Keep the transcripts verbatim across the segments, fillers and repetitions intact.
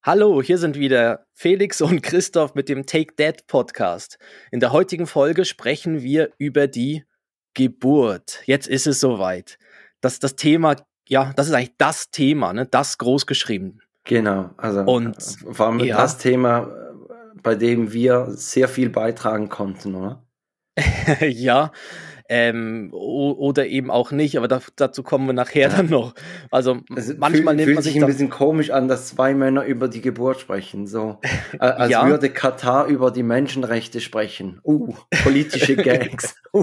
Hallo, hier sind wieder Felix und Christoph mit dem Take That Podcast. In der heutigen Folge sprechen wir über die Geburt. Jetzt ist es soweit. Das, das Thema, ja, das ist eigentlich das Thema, ne? Das groß geschrieben. Genau, also Und äh, vor allem ja, das Thema, äh, bei dem wir sehr viel beitragen konnten, oder? ja, ähm, o- oder eben auch nicht, aber da, dazu kommen wir nachher Ja. dann noch. Also m- Es manchmal fühlt, nimmt fühlt man sich sich ein dann, bisschen komisch an, dass zwei Männer über die Geburt sprechen, so äh, als ja, würde Katar über die Menschenrechte sprechen. Uh, politische Gags. Uh.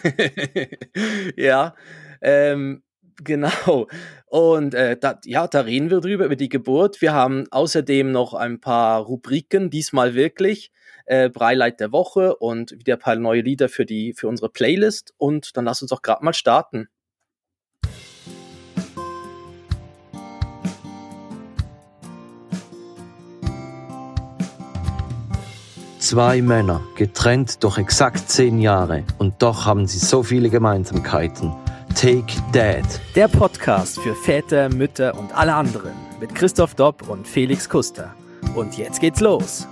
ja, ähm, genau. Und äh, da, ja, da reden wir drüber, über die Geburt. Wir haben außerdem noch ein paar Rubriken, diesmal wirklich. Äh, Breileid der Woche und wieder ein paar neue Lieder für, die, für unsere Playlist. Und dann lass uns doch gerade mal starten. Zwei Männer, getrennt durch exakt zehn Jahre, und doch haben sie so viele Gemeinsamkeiten. Take That. Der Podcast für Väter, Mütter und alle anderen mit Christoph Dopp und Felix Kuster. Und jetzt geht's los.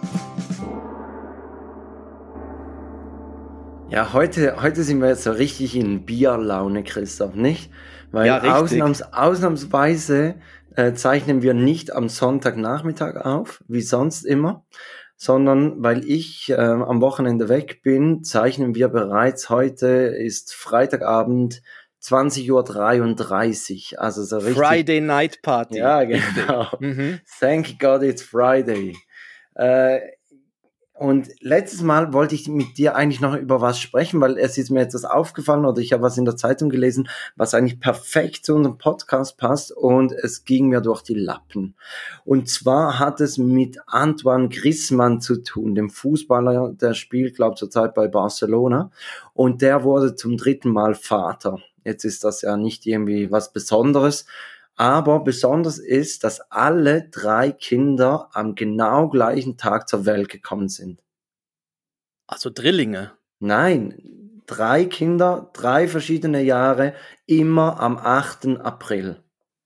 Ja, heute, heute sind wir jetzt so richtig in Bierlaune, Christoph, nicht? Weil Ja, richtig. ausnahms, ausnahmsweise äh, zeichnen wir nicht am Sonntagnachmittag auf, wie sonst immer, sondern weil ich äh, am Wochenende weg bin, zeichnen wir bereits heute, ist Freitagabend zwanzig Uhr dreiunddreißig, also so richtig. Friday Night Party. Ja, genau. Mhm. Thank God it's Friday. Äh, und letztes Mal wollte ich mit dir eigentlich noch über was sprechen, weil es ist mir etwas aufgefallen oder ich habe was in der Zeitung gelesen, was eigentlich perfekt zu unserem Podcast passt und es ging mir durch die Lappen. Und zwar hat es mit Antoine Griezmann zu tun, dem Fußballer, der spielt, glaube ich, zurzeit bei Barcelona und der wurde zum dritten Mal Vater. Jetzt ist das ja nicht irgendwie was Besonderes, aber besonders ist, dass alle drei Kinder am genau gleichen Tag zur Welt gekommen sind. Also Drillinge. Nein, drei Kinder, drei verschiedene Jahre, immer am achten April.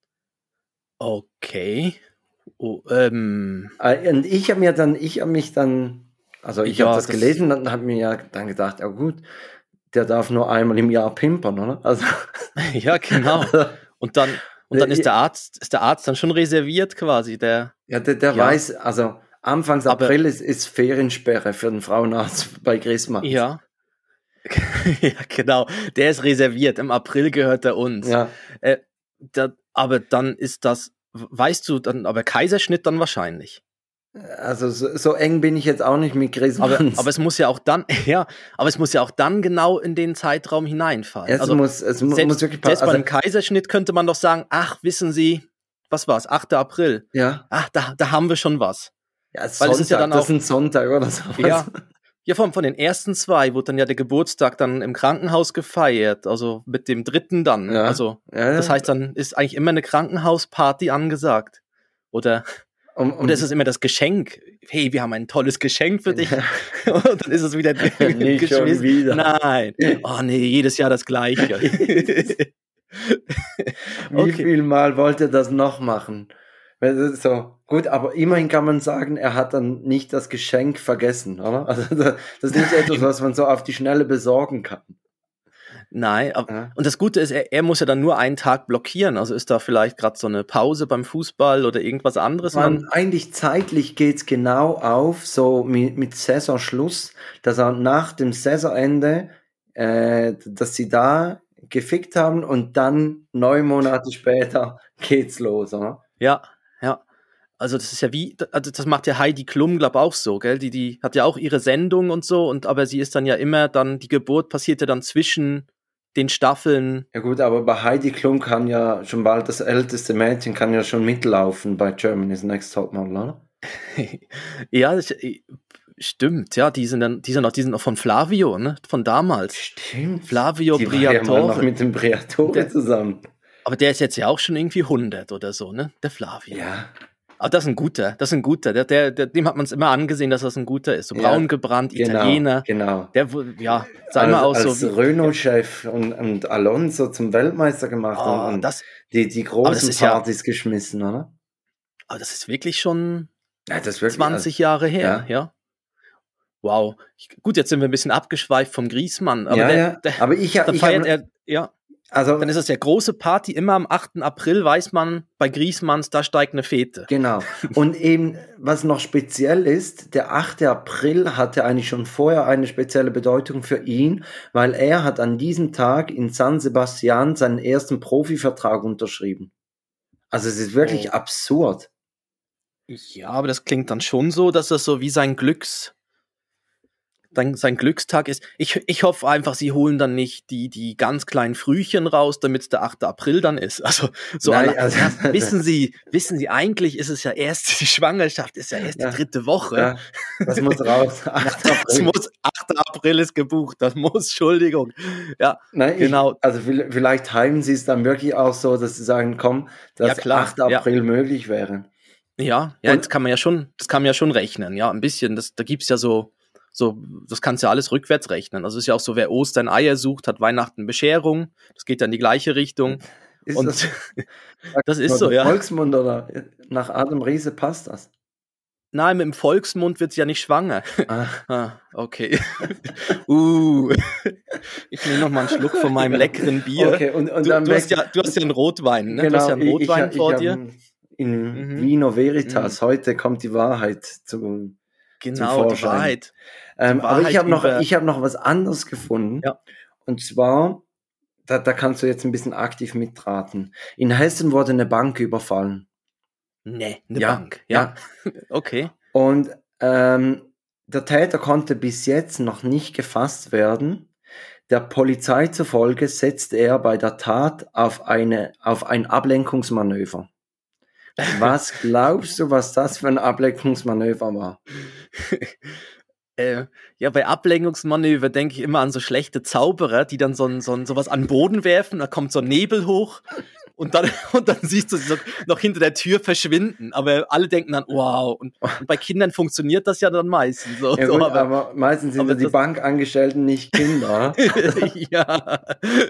Okay. Oh, ähm, Äh, Und ich habe mir dann, ich habe mich dann, also ich Ja, habe das, das- gelesen und habe mir ja dann gedacht, ja gut, der darf nur einmal im Jahr pimpern, oder? Also ja, genau. Und dann, und dann ist der Arzt, ist der Arzt dann schon reserviert quasi, der. ja, der, der Ja. weiß, also Anfangs Aber- April ist, ist Feriensperre für den Frauenarzt bei Griezmann. Ja. ja, genau. Der ist reserviert. Im April gehört er uns. Ja. Äh, da, aber dann ist das, weißt du, dann, aber Kaiserschnitt dann wahrscheinlich. Also so, so eng bin ich jetzt auch nicht mit Griezmann. Aber, aber es muss ja auch dann, ja, aber es muss ja auch dann genau in den Zeitraum hineinfallen. es also muss, es mu- selbst, muss wirklich selbst bei also, einem Kaiserschnitt könnte man doch sagen, ach, wissen Sie, was war's, achter April. ja. Ach, da, da haben wir schon was. Ja, Weil Sonntag, es ist ja dann das auch- ist ein Sonntag oder so. Ja, ja von, von den ersten zwei wurde dann ja der Geburtstag dann im Krankenhaus gefeiert, also mit dem dritten dann. Ja. Also Ja, das ja. heißt, dann ist eigentlich immer eine Krankenhausparty angesagt. Oder, um, um, oder ist es immer das Geschenk? Hey, wir haben ein tolles Geschenk für dich. Und dann ist es wieder Nicht schon geschmissen. wieder. Nein. Oh nee, jedes Jahr das Gleiche. Wie okay. viel Mal wollte er das noch machen? Weil das ist so, gut, aber immerhin kann man sagen, er hat dann nicht das Geschenk vergessen, oder? Also das das ist nicht etwas, was man so auf die Schnelle besorgen kann. Nein, aber, Ja. und das Gute ist, er, er muss ja dann nur einen Tag blockieren. Also ist da vielleicht gerade so eine Pause beim Fußball oder irgendwas anderes? Man, Man, eigentlich zeitlich geht's genau auf, so mit, mit Saisonschluss, dass er nach dem Saisonende, äh, dass sie da gefickt haben und dann neun Monate später geht's los, oder? ja, ja. Also das ist ja wie, also das macht ja Heidi Klum, glaub auch so, gell? Die, die hat ja auch ihre Sendung und so, und aber sie ist dann ja immer dann, die Geburt passiert ja dann zwischen den Staffeln. Ja gut, aber bei Heidi Klum kann ja schon bald das älteste Mädchen kann ja schon mitlaufen bei Germany's Next Topmodel, oder? ja, das, stimmt, ja, die sind dann, die sind noch, die sind noch von Flavio, ne? Von damals. Stimmt. Flavio Die war ja mal noch Briatore. mit dem Briatore Der- zusammen. Aber der ist jetzt ja auch schon irgendwie hundert oder so, ne? Der Flavio. Ja. Aber das ist ein guter, das ist ein guter. Der, der, der, dem hat man es immer angesehen, dass das ein guter ist. So Ja, braun gebrannt, Genau, Italiener. genau. Der, wo- ja, sag mal aus als so. als Renault-Chef und, und Alonso zum Weltmeister gemacht Oh, und, und das, die, die Aber das großen ist ja- Partys geschmissen, oder? aber das ist wirklich schon, Ja, das ist wirklich, zwanzig Jahre her, ja. ja. Wow. Ich, gut, jetzt sind wir ein bisschen abgeschweift vom Griezmann, aber, Ja, der, ja. der, Aber ich, dann ich feiert hab, er, ja, also, dann ist das ja große Party, immer am achten April weiß man, bei Griezmanns, da steigt eine Fete. genau. Und eben, was noch speziell ist, der achte April hatte eigentlich schon vorher eine spezielle Bedeutung für ihn, weil er hat an diesem Tag in San Sebastian seinen ersten Profivertrag unterschrieben. Also es ist wirklich Oh. absurd. Ja, aber das klingt dann schon so, dass das so wie sein Glücks, dann sein Glückstag ist. Ich, ich hoffe einfach, sie holen dann nicht die, die ganz kleinen Frühchen raus, damit es der achte April dann ist. Also, so Nein, alle, also- ja, wissen Sie, wissen Sie, eigentlich ist es ja erst, die Schwangerschaft ist ja erst Ja. die dritte Woche. Ja, das muss raus. achter Das April. muss, achter April ist gebucht, das muss, Entschuldigung. Ja, Nein, genau. Ich, also vil- vielleicht timen sie es dann wirklich auch so, dass sie sagen, komm, dass Ja, klar, achter ja. April möglich wäre. Ja, ja, Und- jetzt kann man ja schon, das kann man ja schon rechnen, ja, ein bisschen. Das, da gibt's ja so, so, das kannst du ja alles rückwärts rechnen. Also es ist ja auch so, wer Ostern Eier sucht, hat Weihnachten Bescherung. Das geht ja in die gleiche Richtung. Ist Und das, das ist nur so, der ja. Volksmund oder nach Adam Riese passt das? Nein, mit dem Volksmund wird sie ja nicht schwanger. Ah, Ah, okay. uh. Ich nehme noch mal einen Schluck von meinem leckeren Bier. okay, und, und Du, dann du, hast weg- ja, du hast ja einen Rotwein, ne? genau, Du hast ja einen ich- Rotwein ich, vor ich, dir. hab In Mhm. Vino Veritas, heute kommt die Wahrheit zu. Genau, die Vorschein. Wahrheit. Ähm, Die aber ich Wahrheit habe noch, über- ich hab noch was anderes gefunden. Ja. Und zwar, da, da kannst du jetzt ein bisschen aktiv mitraten. In Hessen wurde eine Bank überfallen. Nee, eine Ja, Bank. Ja. Okay. Und ähm, der Täter konnte bis jetzt noch nicht gefasst werden. Der Polizei zufolge setzte er bei der Tat auf, eine, auf ein Ablenkungsmanöver. Was glaubst du, was das für ein Ablenkungsmanöver war? Äh, ja, bei Ablenkungsmanöver denke ich immer an so schlechte Zauberer, die dann so, ein, so ein, sowas an den Boden werfen, da kommt so ein Nebel hoch und dann, und dann siehst du sie so noch hinter der Tür verschwinden. Aber alle denken dann, wow. Und, und bei Kindern funktioniert das ja dann meistens. So, Ja, so, gut, aber, aber meistens sind aber ja die das- Bankangestellten nicht Kinder. ja.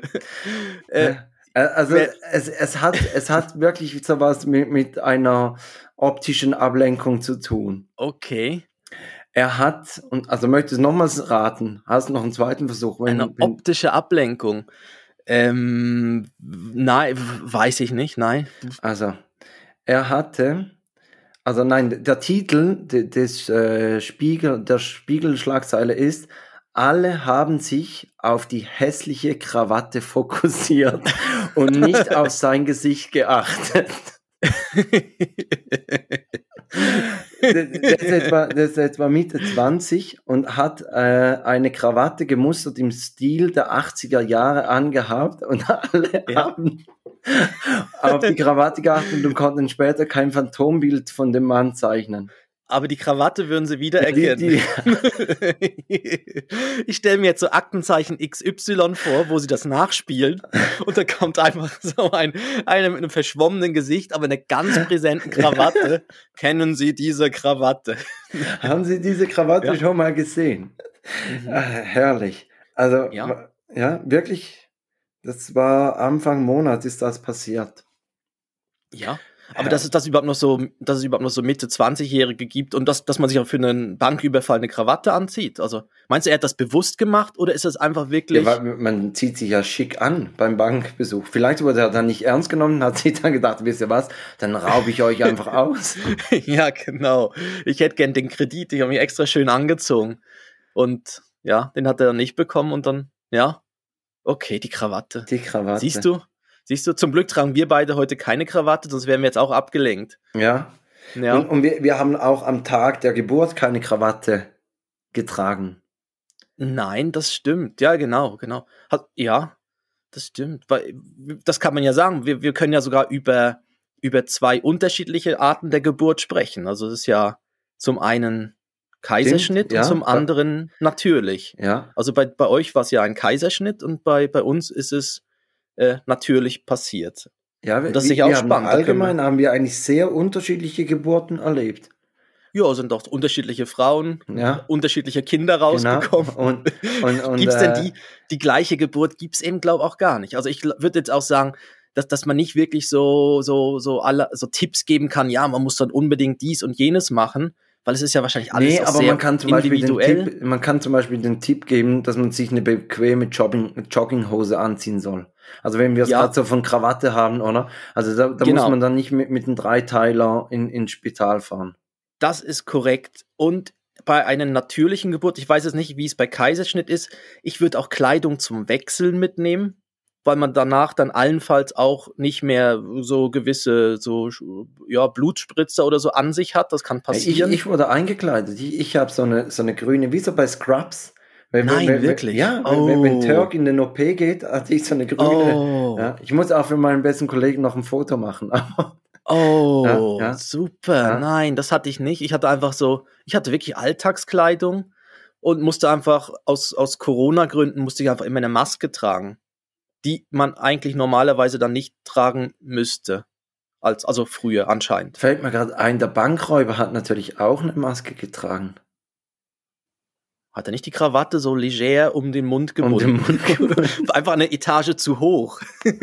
äh, Äh, also wer- es, es, hat, es hat wirklich sowas mit, mit einer optischen Ablenkung zu tun. okay. Er hat, und also möchtest du nochmals raten? Hast du noch einen zweiten Versuch? Wenn, Eine wenn, optische Ablenkung. Ähm, nein, weiß ich nicht, nein. also, er hatte, also nein, der Titel de- des äh, Spiegel, der Spiegelschlagzeile ist: Alle haben sich auf die hässliche Krawatte fokussiert und nicht auf sein Gesicht geachtet. Der, der, ist etwa, der ist etwa Mitte zwanzig und hat äh, eine Krawatte gemustert im Stil der achtziger Jahre angehabt und alle Ja. haben auf die Krawatte geachtet und konnten später kein Phantombild von dem Mann zeichnen. Aber die Krawatte würden sie wieder Die- erkennen. Ich stelle mir jetzt so Aktenzeichen X Y vor, wo sie das nachspielen und da kommt einfach so ein einer mit einem verschwommenen Gesicht, aber einer ganz präsenten Krawatte. Kennen Sie diese Krawatte? Haben Sie diese Krawatte Ja. schon mal gesehen? Ah, herrlich. Also, Ja. ja. ja, wirklich, das war Anfang Monat ist das passiert. Ja. Aber dass es das überhaupt noch so, dass es überhaupt noch so Mitte zwanzig-Jährige gibt und dass, dass man sich auch für einen Banküberfall eine Krawatte anzieht. Also meinst du, er hat das bewusst gemacht oder ist das einfach wirklich? Ja, weil man zieht sich ja schick an beim Bankbesuch. Vielleicht wurde er dann nicht ernst genommen, hat sich dann gedacht, wisst ihr was, dann raube ich euch einfach aus. Ja, genau. Ich hätte gern den Kredit, ich habe mich extra schön angezogen. Und ja, den hat er dann nicht bekommen und dann, ja, okay, die Krawatte. Die Krawatte. Siehst du? Siehst du, zum Glück tragen wir beide heute keine Krawatte, sonst wären wir jetzt auch abgelenkt. Ja. Ja, Und, und wir, wir haben auch am Tag der Geburt keine Krawatte getragen. nein, das stimmt. Ja, genau, genau. Hat, ja, das stimmt. Weil, das kann man ja sagen. Wir, wir können ja sogar über, über zwei unterschiedliche Arten der Geburt sprechen. Also es ist ja zum einen Kaiserschnitt Stimmt, ja. und zum anderen natürlich. Ja. Also bei, bei euch war es ja ein Kaiserschnitt und bei, bei uns ist es äh, natürlich passiert. Ja, Und das ist wir, sicher auch wir haben spannend, da können allgemein haben wir eigentlich sehr unterschiedliche Geburten erlebt. Ja, sind auch unterschiedliche Frauen, Ja. unterschiedliche Kinder rausgekommen. Genau. Und, und, und, Gibt's äh, denn die, die gleiche Geburt? Gibt's eben, glaube ich, auch gar nicht. Also ich würde jetzt auch sagen, dass, dass man nicht wirklich so, so, so alle, so Tipps geben kann, ja, man muss dann unbedingt dies und jenes machen, weil es ist ja wahrscheinlich alles Nee, auch aber sehr man kann zum Beispiel den individuell. Tipp, man kann zum Beispiel den Tipp geben, dass man sich eine bequeme Jogging, Jogginghose anziehen soll. Also wenn wir es Ja. gerade so von Krawatte haben, oder? Also da, da Genau. muss man dann nicht mit, mit einem Dreiteiler in, ins Spital fahren. Das ist korrekt. Und bei einer natürlichen Geburt, ich weiß jetzt nicht, wie es bei Kaiserschnitt ist, ich würde auch Kleidung zum Wechseln mitnehmen, weil man danach dann allenfalls auch nicht mehr so gewisse so ja, Blutspritzer oder so an sich hat. Das kann Ich, passieren. ich wurde eingekleidet. Ich, ich habe so eine, so eine grüne, wie so bei Scrubs. Wenn, Nein, wenn, wirklich? Ja, Oh. wenn, wenn Turk in den O P geht, hatte ich so eine grüne. Oh. Ja, ich muss auch für meinen besten Kollegen noch ein Foto machen. Aber Oh, Ja, ja. super. Ja. Nein, das hatte ich nicht. Ich hatte einfach so, ich hatte wirklich Alltagskleidung und musste einfach aus, aus Corona-Gründen musste ich einfach immer eine Maske tragen, die man eigentlich normalerweise dann nicht tragen müsste. Als, also früher anscheinend. fällt mir gerade ein, der Bankräuber hat natürlich auch eine Maske getragen. Hat er nicht die Krawatte so leger um den Mund Um den gebunden? Mund Einfach eine Etage zu hoch.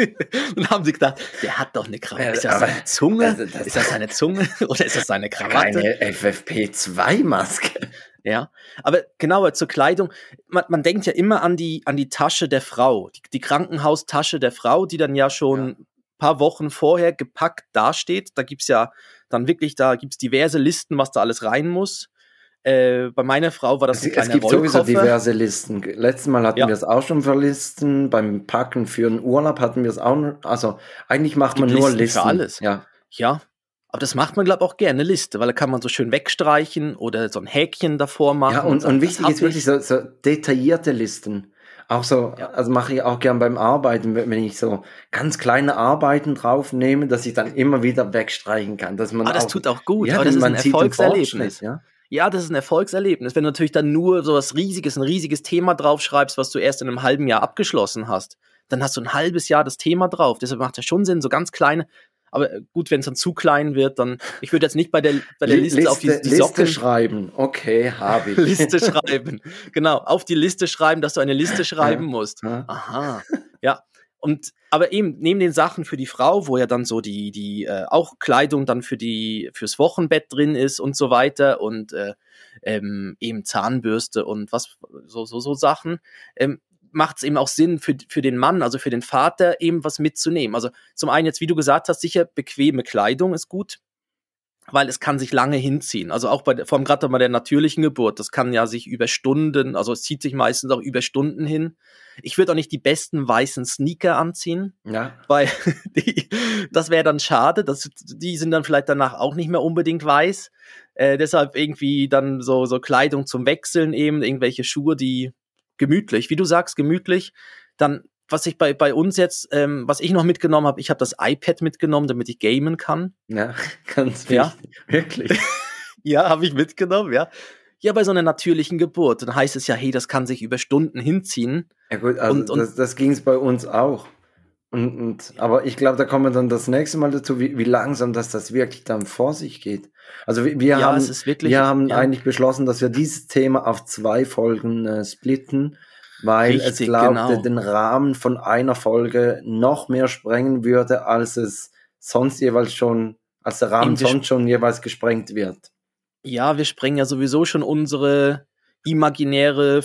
Und haben sie gedacht, der hat doch eine Krawatte. Ist das Aber- seine Zunge? also das- ist das seine Zunge? Oder ist das seine Krawatte? Keine F F P zwei Maske. Ja, aber genau zur Kleidung, man, man denkt ja immer an die, an die Tasche der Frau, die, die Krankenhaustasche der Frau, die dann ja schon Ja. ein paar Wochen vorher gepackt dasteht. Da gibt's ja dann wirklich, da gibt's diverse Listen, was da alles rein muss. Äh, bei meiner Frau war das Es, ein es kleiner gibt sowieso Rollkoffer. diverse Listen. Letztes Mal hatten Ja. wir es auch schon für Listen. Beim Packen für einen Urlaub hatten wir es auch noch. Also eigentlich macht man Gibt nur Listen für Listen. alles. Ja. Ja, aber das macht man, glaube ich, auch gerne, eine Liste, weil da kann man so schön wegstreichen oder so ein Häkchen davor machen. Ja, und, sagen, und das wichtig hab ist wirklich ich. so, so detaillierte Listen. Auch so, Ja. also mache ich auch gern beim Arbeiten, wenn wenn ich so ganz kleine Arbeiten draufnehme, dass ich dann immer wieder wegstreichen kann. Dass man Ah, das auch, tut auch gut, ja, aber das ist man ein sieht den Erfolgserlebnis. Fortschritt, ja. Ja, das ist ein Erfolgserlebnis. Wenn du natürlich dann nur so was Riesiges, ein riesiges Thema draufschreibst, was du erst in einem halben Jahr abgeschlossen hast, dann hast du ein halbes Jahr das Thema drauf. Deshalb macht es schon Sinn, so ganz kleine. Aber gut, wenn es dann zu klein wird, dann, ich würde jetzt nicht bei der, bei der Liste, auf die, die Liste Socken schreiben. Okay, habe ich. Liste schreiben. Genau, auf die Liste schreiben, dass du eine Liste schreiben musst. Ja. Aha, ja. Und aber eben neben den Sachen für die Frau, wo ja dann so die die äh, auch Kleidung dann für die fürs Wochenbett drin ist und so weiter und äh, ähm, eben Zahnbürste und was so so so Sachen, ähm, macht es eben auch Sinn für für den Mann, also für den Vater eben was mitzunehmen. Also zum einen jetzt, wie du gesagt hast, sicher bequeme Kleidung ist gut, weil es kann sich lange hinziehen. Also auch bei, vor allem gerade bei der natürlichen Geburt, das kann ja sich über Stunden, also es zieht sich meistens auch über Stunden hin. Ich würde auch nicht die besten weißen Sneaker anziehen, Ja. weil die, das wäre dann schade. Das, die sind dann vielleicht danach auch nicht mehr unbedingt weiß. Äh, deshalb irgendwie dann so, so Kleidung zum Wechseln eben, irgendwelche Schuhe, die gemütlich, wie du sagst, gemütlich. Dann, was ich bei, bei uns jetzt, ähm, was ich noch mitgenommen habe, ich habe das iPad mitgenommen, damit ich gamen kann. Ja, ganz Ja. wichtig. Wirklich. Ja, habe ich mitgenommen, ja. Ja, bei so einer natürlichen Geburt, dann heißt es ja, hey, das kann sich über Stunden hinziehen. Ja gut, also Und- und- das, das ging es bei uns auch. Und, und, aber ich glaube, da kommen wir dann das nächste Mal dazu, wie, wie langsam das, das wirklich dann vor sich geht. Also wir, wir Ja, haben, es ist wirklich- wir haben ja. eigentlich beschlossen, dass wir dieses Thema auf zwei Folgen äh, splitten, weil es, Richtig, glaubte, genau. den Rahmen von einer Folge noch mehr sprengen würde, als es sonst jeweils schon, als der Rahmen Eben, wir sonst schon jeweils gesprengt wird. Ja, wir sprengen ja sowieso schon unsere imaginäre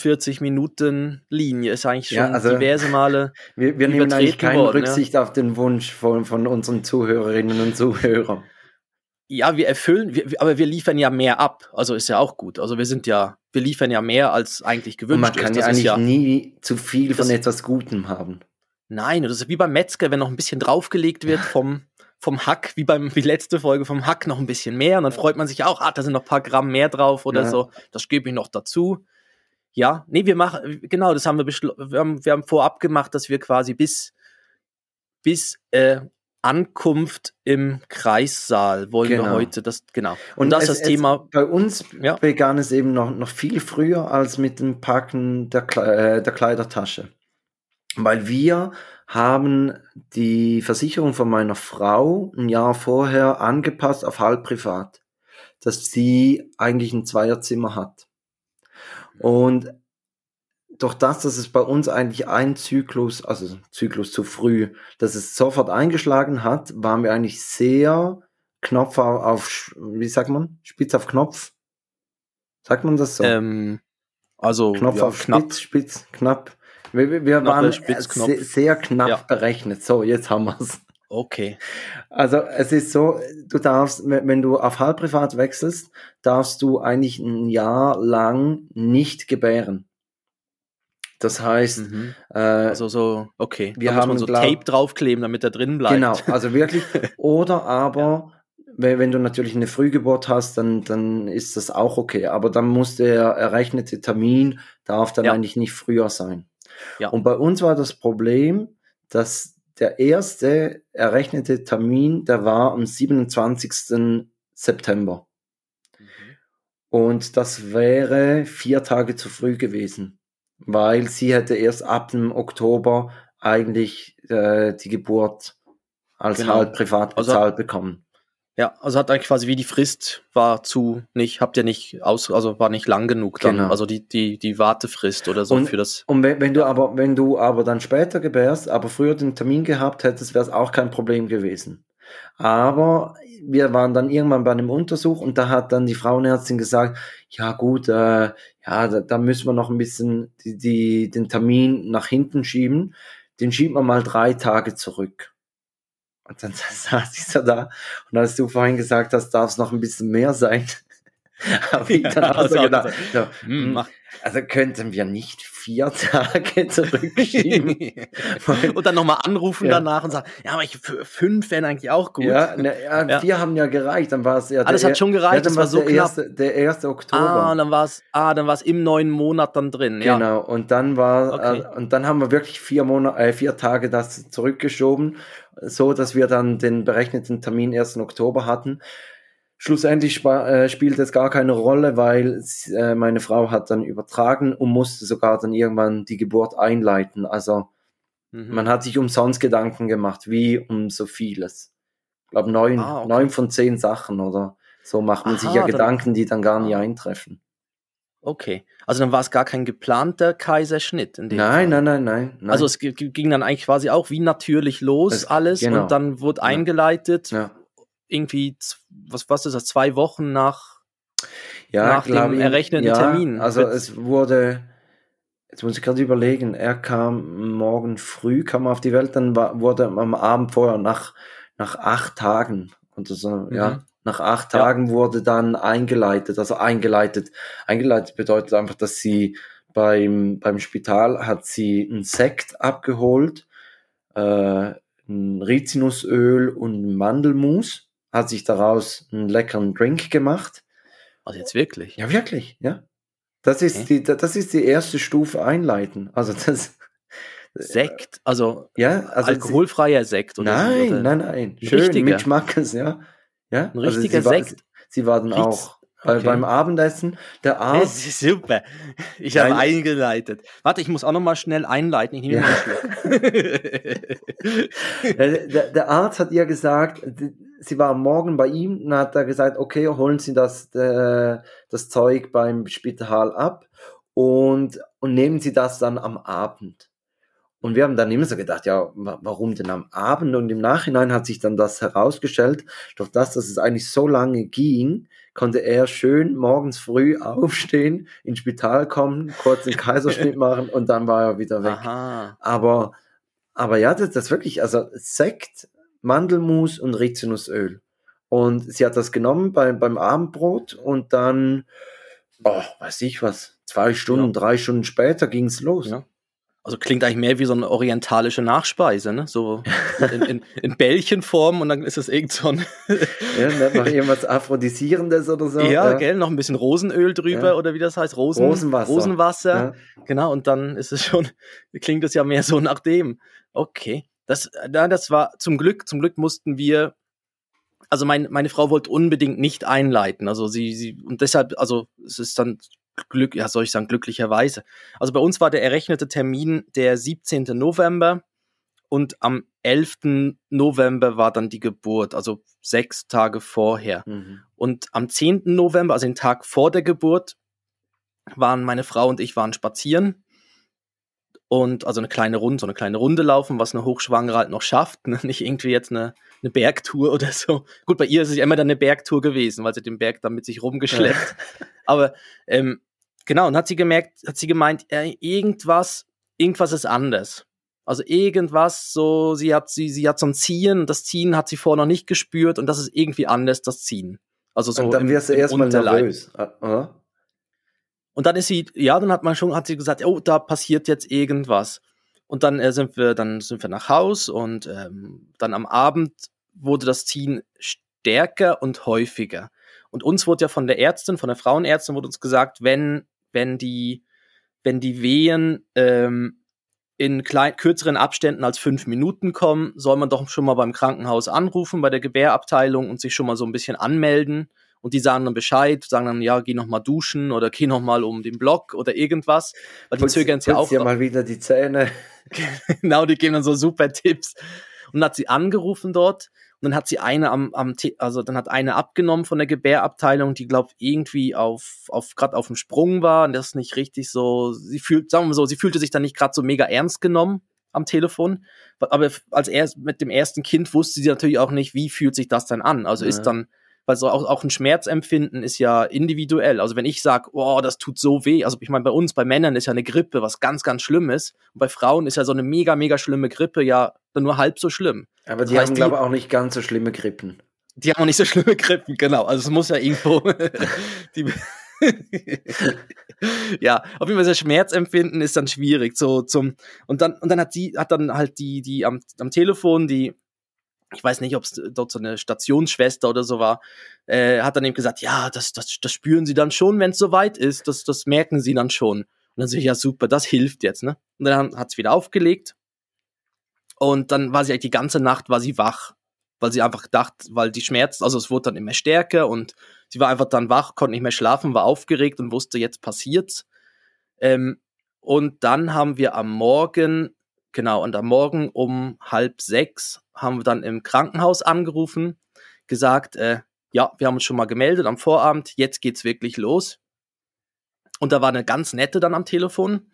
fünfundvierzig-Minuten-Linie. Ist eigentlich schon Ja, also- diverse Male. Wir, wir nehmen eigentlich Übertreten keine worden, Rücksicht auf den Wunsch von, von unseren Zuhörerinnen und Zuhörern. Ja, wir erfüllen, wir, aber wir liefern ja mehr ab. Also ist ja auch gut. Also wir sind ja, wir liefern ja mehr, als eigentlich gewünscht Und man kann ist. ja Das ist eigentlich ja nie zu viel von das- etwas Gutem haben. Nein, das ist wie beim Metzger, wenn noch ein bisschen draufgelegt wird vom, vom Hack, wie beim wie letzte Folge vom Hack noch ein bisschen mehr. Und dann freut man sich auch, ah, da sind noch ein paar Gramm mehr drauf oder Ja. so. Das gebe ich noch dazu. Ja, nee, wir machen, genau, das haben wir beschlossen. Wir haben, wir haben vorab gemacht, dass wir quasi bis, bis äh, Ankunft im Kreissaal wollen wir Genau. heute, das, genau. Und, das ist es- das Thema. Es, bei uns Ja. begann es eben noch, noch viel früher als mit dem Packen der, Kle- äh, der Kleidertasche. Weil wir haben die Versicherung von meiner Frau ein Jahr vorher angepasst auf halb privat, dass sie eigentlich ein Zweierzimmer hat. Und durch das, dass es bei uns eigentlich ein Zyklus, also Zyklus zu früh, dass es sofort eingeschlagen hat, waren wir eigentlich sehr Knopf auf, auf wie sagt man, Spitz auf Knopf. Sagt man das so? Ähm, also Knopf ja, auf knapp. Spitz, Spitz, knapp. Wir, wir wir Knappe waren Spitzknopf. sehr, sehr knapp Ja. berechnet. So, jetzt haben wir's. Okay. Also es ist so, du darfst, wenn wenn du auf Halbprivat wechselst, darfst du eigentlich ein Jahr lang nicht gebären. Das heißt, Mhm. äh, Also so, okay. wir Da muss haben, man so glaub- Tape draufkleben, damit er drin bleibt. genau, also wirklich. Oder aber, wenn, wenn du natürlich eine Frühgeburt hast, dann, dann ist das auch okay. Aber dann muss der errechnete Termin, darf dann Ja. eigentlich nicht früher sein. Ja. Und bei uns war das Problem, dass der erste errechnete Termin, der war am siebenundzwanzigsten September. Mhm. Und das wäre vier Tage zu früh gewesen, weil sie hätte erst ab dem Oktober eigentlich äh, die Geburt als Genau. halb privat Also- bezahlt bekommen. Ja, also hat eigentlich quasi wie die Frist war zu nicht, habt ihr nicht aus, also war nicht lang genug dann. Genau. Also die, die, die Wartefrist oder so Und- für das. Und wenn, wenn du aber, wenn du aber dann später gebärst, aber früher den Termin gehabt hättest, wäre es auch kein Problem gewesen. Aber wir waren dann irgendwann bei einem Untersuch und da hat dann die Frauenärztin gesagt, ja gut, äh, ja, da, da müssen wir noch ein bisschen die, die, den Termin nach hinten schieben. Den schieben wir mal drei Tage zurück. Und dann saß ich so da und als du vorhin gesagt hast, darf es noch ein bisschen mehr sein, habe ich dann auch so also gedacht, gesagt, so, hm, hm, mach- also könnten wir nicht vier Tage zurückschieben? Und dann nochmal anrufen Ja. danach und sagen, ja, aber ich, für fünf wären eigentlich auch gut. Ja, ne, ja, Ja. vier haben ja gereicht, dann war es ja Ah, das der hat schon er- gereicht, ja, dann das war war's so der knapp. erste, der erste Oktober. Ah, und dann war es, ah, dann war es im neuen Monat dann drin. Ja. Genau, und dann war Okay. äh, und dann haben wir wirklich vier Monate, äh, vier Tage das zurückgeschoben, so dass wir dann den berechneten Termin ersten Oktober hatten. Schlussendlich spa- äh, spielt es gar keine Rolle, weil äh, meine Frau hat dann übertragen und musste sogar dann irgendwann die Geburt einleiten. Also Mhm. man hat sich umsonst Gedanken gemacht, wie um so vieles. Ich glaube neun, Ah, okay. neun von zehn Sachen oder so macht man sich Aha, ja dann- Gedanken, die dann gar nie Ah. eintreffen. Okay. Also dann war es gar kein geplanter Kaiserschnitt in dem Nein, Fall. nein, nein, nein, nein. Also es g- g- ging dann eigentlich quasi auch wie natürlich los Es- alles genau. und dann wurde Ja. eingeleitet, ja. irgendwie, z- was, was ist das, zwei Wochen nach, Ja, nach dem glaub ich, errechneten ja, Termin. Also Wird- es wurde, jetzt muss ich gerade überlegen, er kam morgen früh, kam auf die Welt, dann war, wurde am Abend vorher, nach, nach acht Tagen, oder so, Mhm. ja, nach acht Ja. Tagen wurde dann eingeleitet, also eingeleitet, eingeleitet bedeutet einfach, dass sie beim, beim Spital hat sie einen Sekt abgeholt, äh, ein Rizinusöl und Mandelmus, hat sich daraus einen leckeren Drink gemacht. Also jetzt wirklich. Ja, wirklich, ja. Das ist Okay. die, das ist die erste Stufe einleiten. Also das. Sekt, also, Ja, also alkoholfreier Sekt sie, oder nein, oder? nein, nein, Ein schön richtiger? mit Schmackes, ja, ja. Ein richtiger sie war, Sekt? Sie, sie war dann Ritz- auch bei, okay. beim Abendessen. Der Das Arzt, ist super. Ich Nein. habe eingeleitet. Warte, ich muss auch noch mal schnell einleiten. Ich nehme Ja. mal einen Schluck. der, der, der Arzt hat ihr gesagt, die- sie war am Morgen bei ihm und hat er gesagt, okay, holen Sie das, äh, das Zeug beim Spital ab und, und nehmen Sie das dann am Abend. Und wir haben dann immer so gedacht, ja, wa- warum denn am Abend? Und im Nachhinein hat sich dann das herausgestellt, durch das, dass es eigentlich so lange ging, konnte er schön morgens früh aufstehen, ins Spital kommen, kurz einen Kaiserschnitt machen und dann war er wieder weg. Aha. Aber, aber ja, das, das wirklich, also Sekt, Mandelmus und Rizinusöl. Und sie hat das genommen beim, beim Abendbrot und dann, oh, weiß ich was, zwei Stunden, Ja. drei Stunden später ging's los. Ja. Also klingt eigentlich mehr wie so eine orientalische Nachspeise, ne? So in, in, in Bällchenform und dann ist es irgend so ein Ja, nicht noch irgendwas Aphrodisierendes oder so. ja, gell, noch ein bisschen Rosenöl drüber Ja. oder wie das heißt, Rosen, Rosenwasser. Rosenwasser. Ja. Genau, und dann ist es schon, klingt es ja mehr so nach dem. Okay. Das, na, das war zum Glück, zum Glück mussten wir, also mein, meine Frau wollte unbedingt nicht einleiten. Also sie, sie, und deshalb, also es ist dann Glück, ja, soll ich sagen, glücklicherweise. Also bei uns war der errechnete Termin der siebzehnten November und am elften November war dann die Geburt, also sechs Tage vorher. Mhm. Und am zehnten November, also den Tag vor der Geburt, waren meine Frau und ich waren spazieren Und also eine kleine Runde, so eine kleine Runde laufen, was eine Hochschwangere halt noch schafft, ne? Nicht irgendwie jetzt eine, eine Bergtour oder so. Gut, bei ihr ist es ja immer dann eine Bergtour gewesen, weil sie den Berg dann mit sich rumgeschleppt. Aber ähm, genau, und hat sie gemerkt, hat sie gemeint, äh, irgendwas, irgendwas ist anders. Also irgendwas, so, sie hat, sie, sie hat so ein Ziehen, und das Ziehen hat sie vorher noch nicht gespürt, und das ist irgendwie anders, das Ziehen. Also so und dann im, wirst du im erstmal Unterleib. nervös, oder? Und dann ist sie, ja, dann hat man schon, hat sie gesagt, oh, da passiert jetzt irgendwas. Und dann äh, sind wir, dann sind wir nach Haus, und ähm, dann am Abend wurde das Ziehen stärker und häufiger. Und uns wurde ja von der Ärztin, von der Frauenärztin, wurde uns gesagt, wenn, wenn die, wenn die Wehen ähm, in klein, kürzeren Abständen als fünf Minuten kommen, soll man doch schon mal beim Krankenhaus anrufen, bei der Gebärabteilung, und sich schon mal so ein bisschen anmelden. Und die sagen dann Bescheid, sagen dann, ja, geh noch mal duschen oder geh noch mal um den Block oder irgendwas. Weil die zögern es ja auch. Ja mal wieder die Zähne. Genau, die geben dann so super Tipps. Und dann hat sie angerufen dort, und dann hat sie eine am, am also dann hat eine abgenommen von der Gebärabteilung, die glaubt irgendwie auf, auf gerade auf dem Sprung war, und das ist nicht richtig so, sie fühlt, sagen wir mal so, sie fühlte sich dann nicht gerade so mega ernst genommen am Telefon. Aber als erst mit dem ersten Kind wusste sie natürlich auch nicht, wie fühlt sich das dann an. Also ja. ist dann Weil so auch, auch ein Schmerzempfinden ist ja individuell. Also wenn ich sage, oh, das tut so weh, also ich meine, bei uns, bei Männern ist ja eine Grippe was ganz, ganz Schlimmes. Und bei Frauen ist ja so eine mega, mega schlimme Grippe ja nur halb so schlimm. Aber die das heißt, haben, glaube ich, auch nicht ganz so schlimme Grippen. Die haben auch nicht so schlimme Grippen, genau. Also es muss ja irgendwo... die ja, auf jeden Fall das Schmerzempfinden ist dann schwierig. So zum und dann und dann hat sie hat dann halt die die am, am Telefon die ich weiß nicht, ob es dort so eine Stationsschwester oder so war, äh, hat dann eben gesagt, ja, das, das, das spüren sie dann schon, wenn es soweit ist, das, das merken sie dann schon. Und dann so, ja super, das hilft jetzt, ne? Und dann hat sie wieder aufgelegt, und dann war sie eigentlich die ganze Nacht, war sie wach, weil sie einfach dachte, weil die Schmerzen, also es wurde dann immer stärker, und sie war einfach dann wach, konnte nicht mehr schlafen, war aufgeregt und wusste, jetzt passiert's. Ähm, und dann haben wir am Morgen Genau, und am Morgen um halb sechs haben wir dann im Krankenhaus angerufen, gesagt, äh, ja, wir haben uns schon mal gemeldet am Vorabend, jetzt geht's wirklich los. Und da war eine ganz nette dann am Telefon,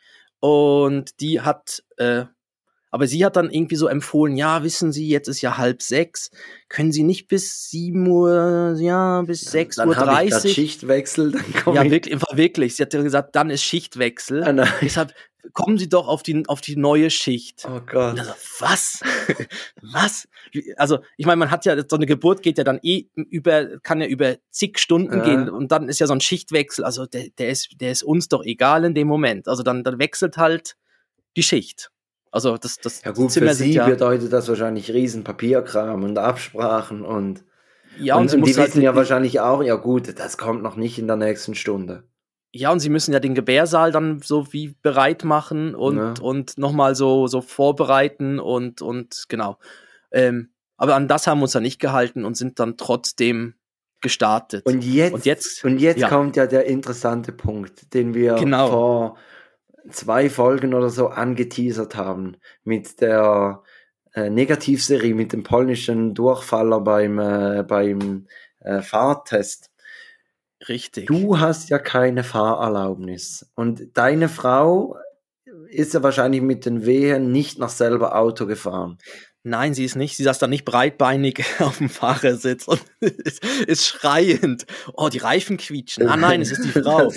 und die hat, äh, aber sie hat dann irgendwie so empfohlen, ja, wissen Sie, jetzt ist ja halb sechs, können Sie nicht bis sieben Uhr, ja, bis sechs Uhr dreißig. Dann habe ich grad Schichtwechsel, dann komme ja, ich. Ja, wirklich, wirklich, sie hat ja gesagt, dann ist Schichtwechsel. Ah, deshalb kommen Sie doch auf die, auf die neue Schicht. Oh Gott. Und also, was? Was? Also, ich meine, man hat ja, so eine Geburt geht ja dann eh über, kann ja über zig Stunden ja. gehen, und dann ist ja so ein Schichtwechsel, also der, der ist, der ist uns doch egal in dem Moment. Also dann, dann wechselt halt die Schicht. Also das, das ja gut, für sie ja, bedeutet das wahrscheinlich riesen Papierkram und Absprachen und ja, und, und, sie und muss die halt wissen ja wahrscheinlich auch, ja gut, das kommt noch nicht in der nächsten Stunde. Ja, und sie müssen ja den Gebärsaal dann so wie bereit machen und, ja. und nochmal so, so vorbereiten und, und genau. Ähm, aber an das haben wir uns ja nicht gehalten und sind dann trotzdem gestartet. Und jetzt, und jetzt, und jetzt ja. kommt ja der interessante Punkt, den wir genau. vor zwei Folgen oder so angeteasert haben, mit der äh, Negativserie, mit dem polnischen Durchfaller beim, äh, beim äh, Fahrtest. Richtig. Du hast ja keine Fahrerlaubnis, und deine Frau ist ja wahrscheinlich mit den Wehen nicht noch selber Auto gefahren. Nein, sie ist nicht. Sie saß da nicht breitbeinig auf dem Fahrersitz und ist, ist schreiend. Oh, die Reifen quietschen. Ah nein, es ist die Frau.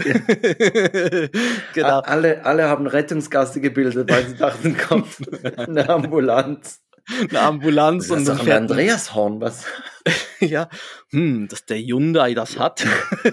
Genau. Alle, alle haben Rettungsgasse gebildet, weil sie dachten, kommt eine Ambulanz. Eine Ambulanz. Das ist doch ein Andreas Horn, was? Ja, hm, dass der Hyundai das hat.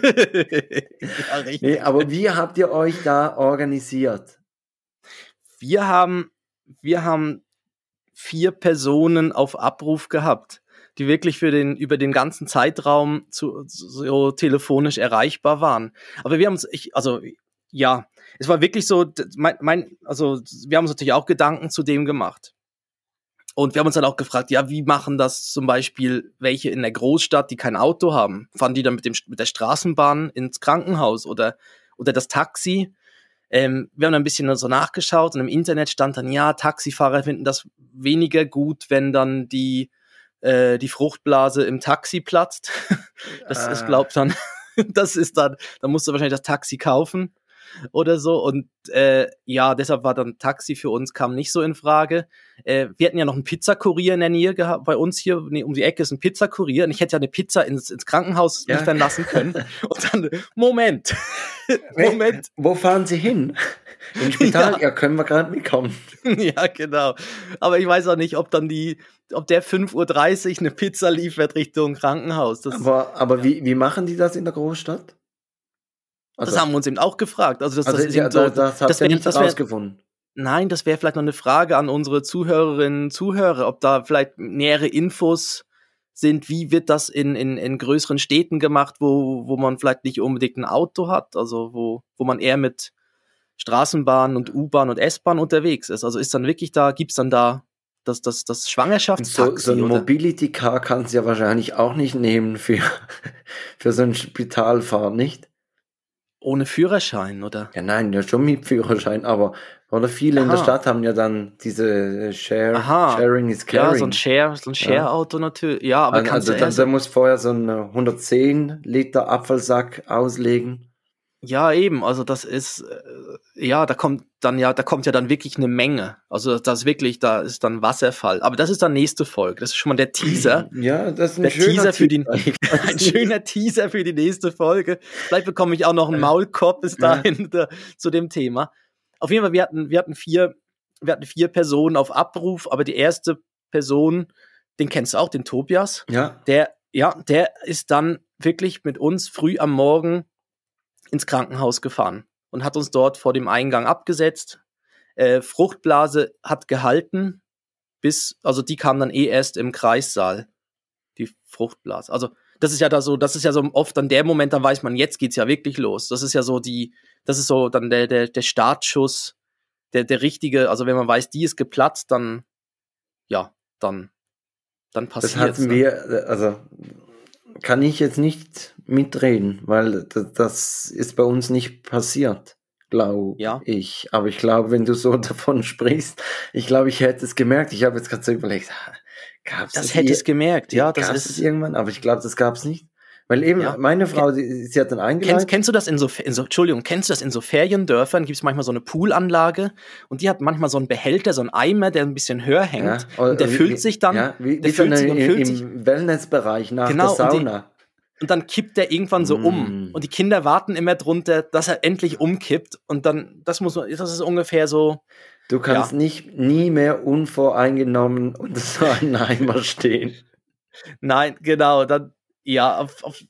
Ja, richtig. Nee, aber wie habt ihr euch da organisiert? Wir haben, wir haben vier Personen auf Abruf gehabt, die wirklich für den, über den ganzen Zeitraum zu, so telefonisch erreichbar waren. Aber wir haben uns, ich, also, ja, es war wirklich so, mein, mein, also, wir haben uns natürlich auch Gedanken zu dem gemacht. Und wir haben uns dann auch gefragt, ja, wie machen das zum Beispiel welche in der Großstadt, die kein Auto haben? Fahren die dann mit dem, mit der Straßenbahn ins Krankenhaus oder, oder das Taxi? Ähm, wir haben dann ein bisschen so nachgeschaut, und im Internet stand dann, ja, Taxifahrer finden das weniger gut, wenn dann die, äh, die Fruchtblase im Taxi platzt. Das ah. ist, glaubt dann, das ist dann, dann musst du wahrscheinlich das Taxi kaufen. oder so. Und äh, ja, deshalb war dann Taxi für uns, kam nicht so in Frage. Äh, wir hatten ja noch einen Pizzakurier in der Nähe gehabt. Bei uns hier, nee, um die Ecke ist ein Pizzakurier. Und ich hätte ja eine Pizza ins, ins Krankenhaus Ja. liefern lassen können. Und dann, Moment, Moment. Wo fahren Sie hin? Im Spital? Ja. Ja, können wir gerade mitkommen. Ja, genau. Aber ich weiß auch nicht, ob dann die, ob der fünf Uhr dreißig eine Pizza liefert Richtung Krankenhaus. Das, Aber, aber wie, wie machen die das in der Großstadt? das haben wir uns eben auch gefragt. Also das, also das ist ja, eben so, das, das habt das ihr wär- nicht das wär- herausgefunden. Nein, das wäre vielleicht noch eine Frage an unsere Zuhörerinnen und Zuhörer, ob da vielleicht nähere Infos sind, wie wird das in, in, in größeren Städten gemacht, wo, wo man vielleicht nicht unbedingt ein Auto hat, also wo, wo man eher mit Straßenbahn und U-Bahn und S-Bahn unterwegs ist. Also ist dann wirklich da, gibt's dann da das, das, das So, Schwangerschaftstaxi, so ein oder? Mobility Car kannst du ja wahrscheinlich auch nicht nehmen für, für so ein Spitalfahrt, nicht? Ohne Führerschein, oder? Ja, nein, ja schon mit Führerschein, aber oder viele in der Aha. Stadt haben ja dann diese äh, Share, Aha. Sharing is Ja, Caring. so ein Share, so ein Share-Auto natürlich. Ja, aber also kannst also du da, erst, da muss vorher so ein hundertzehn Liter Abfallsack auslegen. ja eben, also das ist, äh, ja, da kommt dann ja, da kommt ja dann wirklich eine Menge. Also das ist wirklich, da ist dann Wasserfall. Aber das ist dann nächste Folge. Das ist schon mal der Teaser. Ja, das ist ein Der schöner Teaser für die, Teaser. ein schöner Teaser für die nächste Folge. Vielleicht bekomme ich auch noch einen Maulkorb bis dahin da, zu dem Thema. Auf jeden Fall, wir hatten, wir hatten vier, wir hatten vier Personen auf Abruf, aber die erste Person, den kennst du auch, den Tobias. Ja, Der, ja, der ist dann wirklich mit uns früh am Morgen ins Krankenhaus gefahren und hat uns dort vor dem Eingang abgesetzt. Äh, Fruchtblase hat gehalten, bis, also die kam dann eh erst im Kreissaal, die Fruchtblase. Also das ist ja da so, das ist ja so oft dann der Moment, da weiß man, jetzt geht's ja wirklich los. Das ist ja so die, das ist so dann der, der, der Startschuss, der, der richtige, also wenn man weiß, die ist geplatzt, dann, ja, dann, dann das passiert's. hatten ne? wir, also kann ich jetzt nicht mitreden, weil das, das ist bei uns nicht passiert, glaube Ja. ich. Aber ich glaube, wenn du so davon sprichst, ich glaube, ich hätte es gemerkt. Ich habe jetzt gerade so überlegt, gab's Das hätte es gemerkt, ja, das gab's ist, es irgendwann, aber ich glaube, das gab es nicht. Weil eben Ja. meine Frau, die, sie hat dann Kennst, eingeleitet. kennst du das in so, in so, Entschuldigung, kennst du das in so Feriendörfern? Gibt es manchmal so eine Poolanlage und die hat manchmal so einen Behälter, so einen Eimer, der ein bisschen höher hängt oder- und der wie- füllt wie- sich dann, ja, wie, der wie so füllt eine, sich und im, füllt sich im Wellnessbereich nach Genau, der und die- Sauna. und dann kippt der irgendwann so Mm. um und die Kinder warten immer drunter, dass er endlich umkippt und dann, das muss man, das ist ungefähr so, Du kannst Ja. nicht nie mehr unvoreingenommen unter so einem Eimer stehen. nein, genau, dann, ja, auf, auf